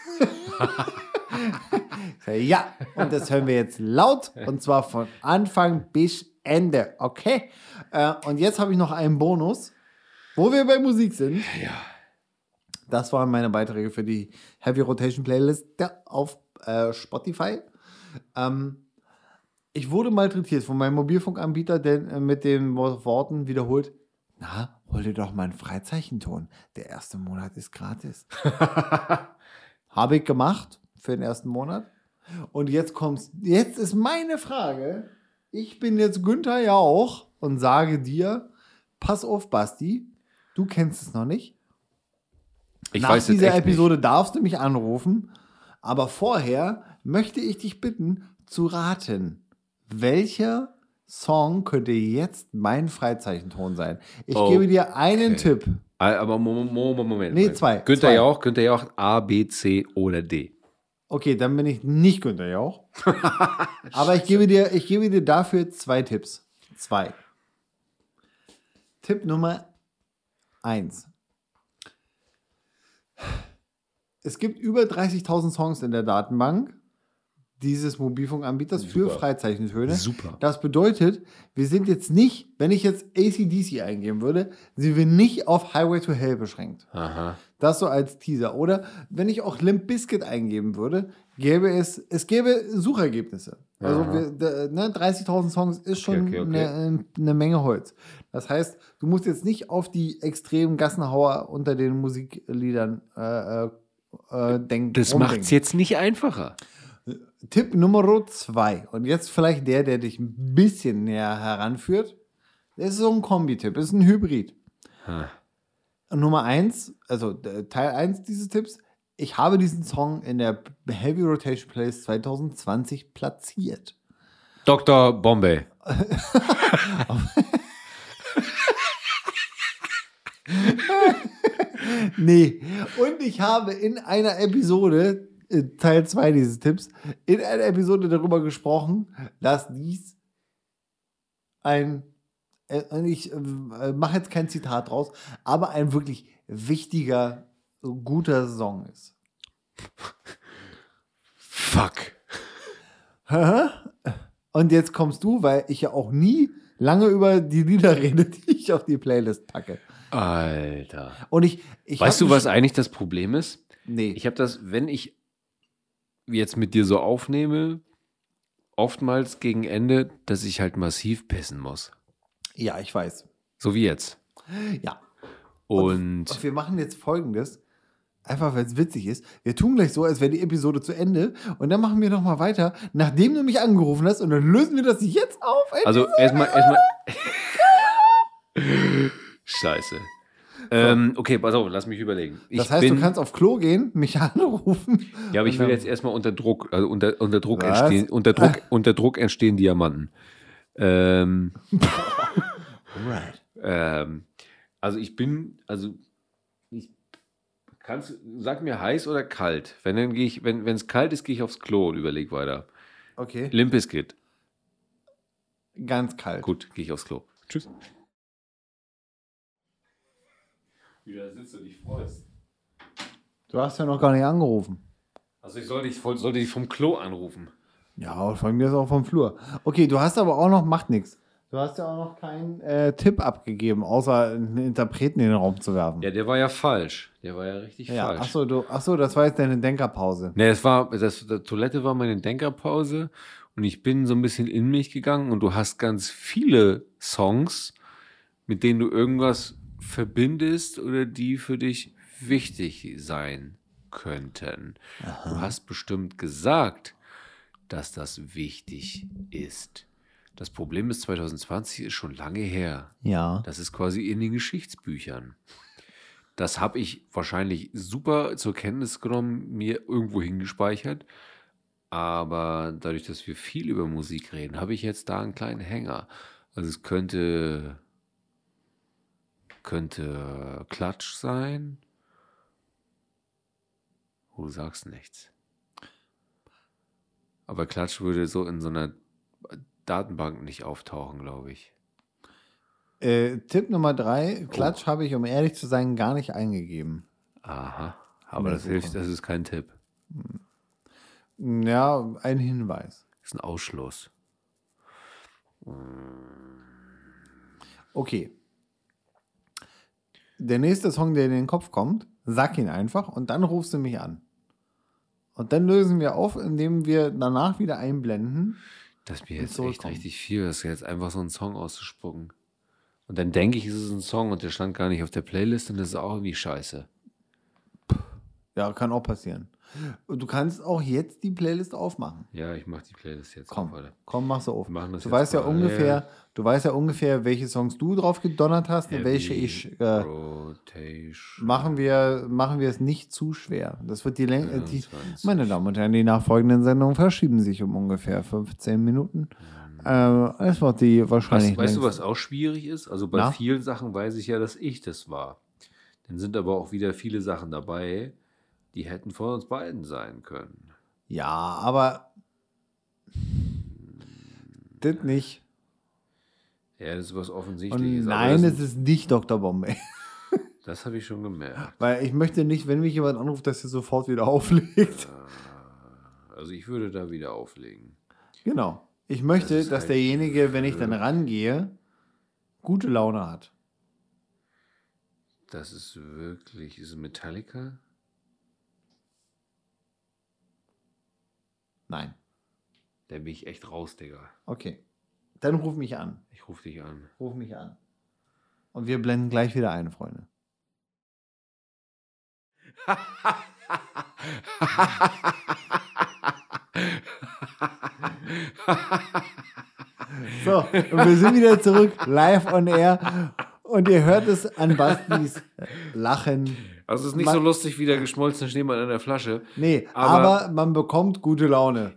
Ja, und das hören wir jetzt laut, und zwar von Anfang bis Ende, okay? Und jetzt habe ich noch einen Bonus, wo wir bei Musik sind. Ja. Das waren meine Beiträge für die Heavy Rotation Playlist auf Spotify. Ich wurde malträtiert von meinem Mobilfunkanbieter, der mit den Worten wiederholt, na, hol dir doch mal einen Freizeichenton. Der erste Monat ist gratis. Habe ich gemacht für den ersten Monat. Und jetzt ist meine Frage. Ich bin jetzt Günther Jauch und sage dir, pass auf, Basti, du kennst es noch nicht. Nach dieser Episode darfst du mich anrufen, aber vorher möchte ich dich bitten, zu raten, welcher Song könnte jetzt mein Freizeichenton sein. Ich gebe dir einen Tipp. Aber Moment. Nee, zwei. Günther Jauch, A, B, C oder D. Okay, dann bin ich nicht Günther Jauch. Aber ich gebe dir dafür 2 Tipps. 2. Tipp Nummer 1. Es gibt über 30.000 Songs in der Datenbank dieses Mobilfunkanbieters für Freizeichentöne. Super. Das bedeutet, wir sind jetzt nicht, wenn ich jetzt AC/DC eingeben würde, sind wir nicht auf Highway to Hell beschränkt. Aha. Das so als Teaser. Oder wenn ich auch Limp Bizkit eingeben würde, gäbe Suchergebnisse. Also 30.000 Songs ist schon eine Menge Holz. Das heißt, du musst jetzt nicht auf die extremen Gassenhauer unter den Musikliedern denken. Das macht es jetzt nicht einfacher. Tipp Nummer 2. Und jetzt vielleicht der dich ein bisschen näher heranführt. Das ist so ein Kombi-Tipp, das ist ein Hybrid. Nummer 1, also Teil 1 dieses Tipps, ich habe diesen Song in der Heavy Rotation Playlist 2020 platziert. Dr. Bombay. Nee, und ich habe in einer Episode, Teil 2 dieses Tipps, in einer Episode darüber gesprochen, dass dies ich mache jetzt kein Zitat draus, aber ein wirklich wichtiger, guter Song ist. Fuck. Und jetzt kommst du, weil ich ja auch nie lange über die Lieder rede, die ich auf die Playlist packe. Alter. Und ich weißt du, was eigentlich das Problem ist? Nee. Ich habe das, wenn ich jetzt mit dir so aufnehme, oftmals gegen Ende, dass ich halt massiv pissen muss. Ja, ich weiß. So wie jetzt. Ja. Und wir machen jetzt Folgendes, einfach weil es witzig ist. Wir tun gleich so, als wäre die Episode zu Ende und dann machen wir nochmal weiter, nachdem du mich angerufen hast, und dann lösen wir das jetzt auf. Also erstmal Scheiße. Okay, pass auf, lass mich überlegen. Das heißt, du kannst auf Klo gehen, mich anrufen. Ja, aber ich will jetzt erstmal unter Druck, also unter Druck unter Druck entstehen Diamanten. Alright. Also sag mir heiß oder kalt. Wenn es kalt ist, gehe ich aufs Klo und überleg weiter. Okay. Limp Bizkit. Ganz kalt. Gut, gehe ich aufs Klo. Tschüss. Wie du da sitzt und dich freust. Du hast ja noch gar nicht angerufen. Also ich sollte dich vom Klo anrufen. Ja, von mir ist auch vom Flur. Okay, du hast aber auch noch, macht nichts. Du hast ja auch noch keinen Tipp abgegeben, außer einen Interpreten in den Raum zu werfen. Ja, der war ja falsch. Der war ja richtig falsch. Achso, das war jetzt deine Denkerpause. Ne, die Toilette war meine Denkerpause und ich bin so ein bisschen in mich gegangen und du hast ganz viele Songs, mit denen du irgendwas verbindest oder die für dich wichtig sein könnten. Aha. Du hast bestimmt gesagt, dass das wichtig ist. Das Problem ist, 2020 ist schon lange her. Ja. Das ist quasi in den Geschichtsbüchern. Das habe ich wahrscheinlich super zur Kenntnis genommen, mir irgendwo hingespeichert. Aber dadurch, dass wir viel über Musik reden, habe ich jetzt da einen kleinen Hänger. Also es könnte Klatsch sein. Du sagst nichts. Aber Klatsch würde so in so einer Datenbank nicht auftauchen, glaube ich. Tipp Nummer 3, Klatsch habe ich, um ehrlich zu sein, gar nicht eingegeben. Aha, aber das ist kein Tipp. Ja, ein Hinweis. Das ist ein Ausschluss. Okay. Der nächste Song, der in den Kopf kommt, sag ihn einfach und dann rufst du mich an. Und dann lösen wir auf, indem wir danach wieder einblenden. Das ist mir jetzt echt richtig viel, das ist jetzt einfach so einen Song auszuspucken. Und dann denke ich, es ist ein Song und der stand gar nicht auf der Playlist und das ist auch irgendwie scheiße. Ja, kann auch passieren. Du kannst auch jetzt die Playlist aufmachen. Ja, ich mache die Playlist jetzt auf. Warte. Komm, mach so auf. Du weißt ja ungefähr, welche Songs du drauf gedonnert hast und welche ich. Machen wir es nicht zu schwer. Das wird die Länge. Meine Damen und Herren, die nachfolgenden Sendungen verschieben sich um ungefähr 15 Minuten. Es wird die wahrscheinlich. Weißt du, was auch schwierig ist? Also bei vielen Sachen weiß ich ja, dass ich das war. Dann sind aber auch wieder viele Sachen dabei, die hätten von uns beiden sein können. Ja, aber das nicht. Ja, das ist was Offensichtliches. Nein, es ist nicht Dr. Bombay. Das habe ich schon gemerkt. Weil ich möchte nicht, wenn mich jemand anruft, dass er sofort wieder auflegt. Also ich würde da wieder auflegen. Genau. Ich möchte, dass derjenige, wenn ich dann rangehe, gute Laune hat. Das ist wirklich... Ist es Metallica? Nein. Da bin ich echt raus, Digga. Okay. Dann ruf mich an. Ich ruf dich an. Ruf mich an. Und wir blenden gleich wieder ein, Freunde. So, und wir sind wieder zurück, live on air. Und ihr hört es an Bastis Lachen. Also es ist nicht so lustig wie der geschmolzene Schneemann in der Flasche. Nee, aber man bekommt gute Laune.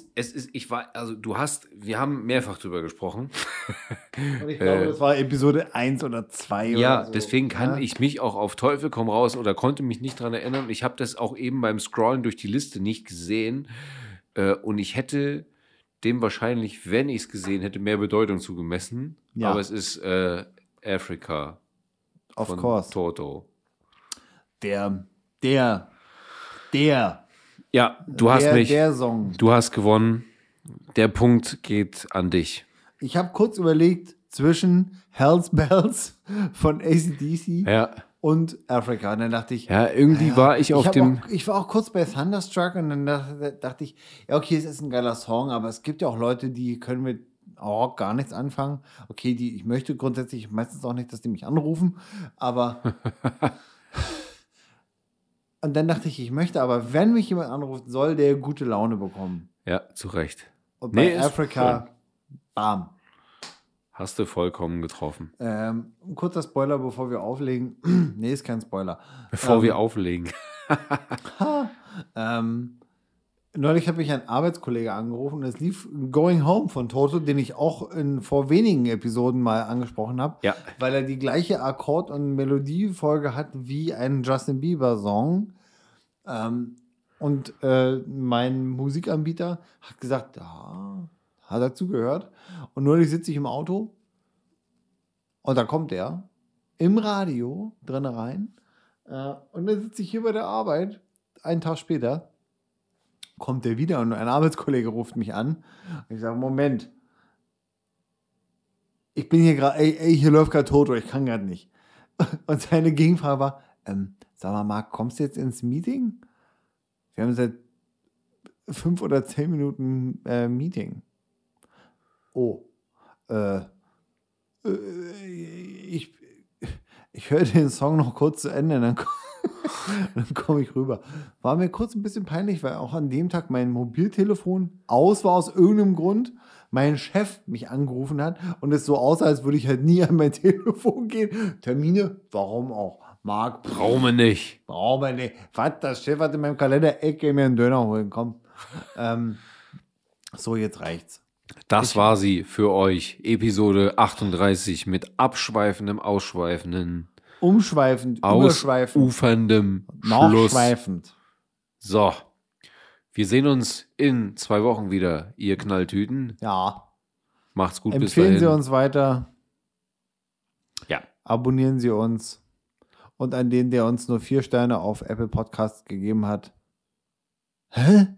Wir haben mehrfach drüber gesprochen. Und ich glaube, das war Episode 1 oder 2 oder so. Ja, deswegen kann ich mich auch auf Teufel komm raus oder konnte mich nicht dran erinnern. Ich habe das auch eben beim Scrollen durch die Liste nicht gesehen. Und ich hätte dem wahrscheinlich, wenn ich es gesehen hätte, mehr Bedeutung zugemessen. Ja. Aber es ist Africa. Of course. Toto. Der. Ja, du hast mich. Der Song. Du hast gewonnen. Der Punkt geht an dich. Ich habe kurz überlegt zwischen Hell's Bells von AC/DC und Africa. Und dann dachte ich. Ja, irgendwie war ich auf dem. Ich war auch kurz bei Thunderstruck und dann dachte ich, ja, okay, es ist ein geiler Song, aber es gibt ja auch Leute, die können mit Rock gar nichts anfangen. Okay, ich möchte grundsätzlich meistens auch nicht, dass die mich anrufen, aber. Und dann dachte ich möchte aber, wenn mich jemand anruft, soll der gute Laune bekommen. Ja, zu Recht. Und bei Africa, bam. Hast du vollkommen getroffen. Ein kurzer Spoiler, bevor wir auflegen. Nee, ist kein Spoiler. Bevor wir auflegen. Neulich hat mich ein Arbeitskollege angerufen und es lief Going Home von Toto, den ich auch vor wenigen Episoden mal angesprochen habe, weil er die gleiche Akkord- und Melodiefolge hat wie ein Justin Bieber-Song. Und mein Musikanbieter hat gesagt, ja, hat er zugehört. Und neulich sitze ich im Auto und da kommt er im Radio drin rein. Und dann sitze ich hier bei der Arbeit, einen Tag später, kommt er wieder und ein Arbeitskollege ruft mich an. Und ich sage, Moment, ich bin hier gerade, hier läuft gerade Toto, ich kann gerade nicht. Und seine Gegenfrage war, sag mal, Marc, kommst du jetzt ins Meeting? Wir haben seit 5 oder 10 Minuten Meeting. Oh, ich höre den Song noch kurz zu Ende, dann komme ich rüber. War mir kurz ein bisschen peinlich, weil auch an dem Tag mein Mobiltelefon aus war aus irgendeinem Grund. Mein Chef mich angerufen hat und es so aussah, als würde ich halt nie an mein Telefon gehen. Termine, warum auch? Marc, brauchen wir nicht. Brauchen wir nicht. Was, das Chef hat in meinem Kalender, ich gehe mir einen Döner holen, komm. So, jetzt reicht's. Das war sie für euch. Episode 38 mit abschweifendem, ausschweifenden, umschweifend, überschweifend, ausuferndem nachschweifend. So, wir sehen uns in 2 Wochen wieder, ihr Knalltüten. Ja. Macht's gut, bis dahin. Empfehlen Sie uns weiter. Ja. Abonnieren Sie uns. Und an den, der uns nur 4 Sterne auf Apple Podcasts gegeben hat. Hä?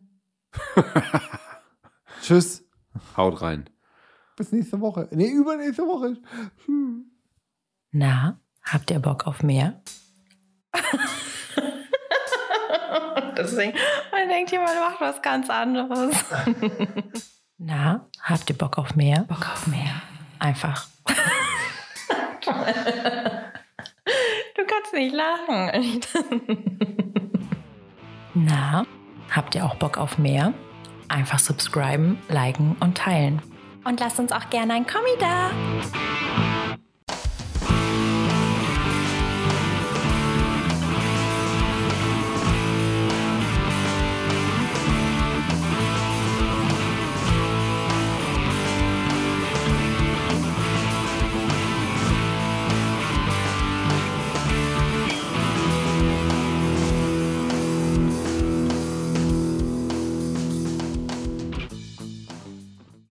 Tschüss. Haut rein. Bis nächste Woche. Nee, übernächste Woche. Na, habt ihr Bock auf mehr? Deswegen, man denkt, jemand macht was ganz anderes. Na, habt ihr Bock auf mehr? Bock auf mehr. Einfach. Du kannst nicht lachen. Na, habt ihr auch Bock auf mehr? Einfach subscriben, liken und teilen. Und lasst uns auch gerne ein Kommi da.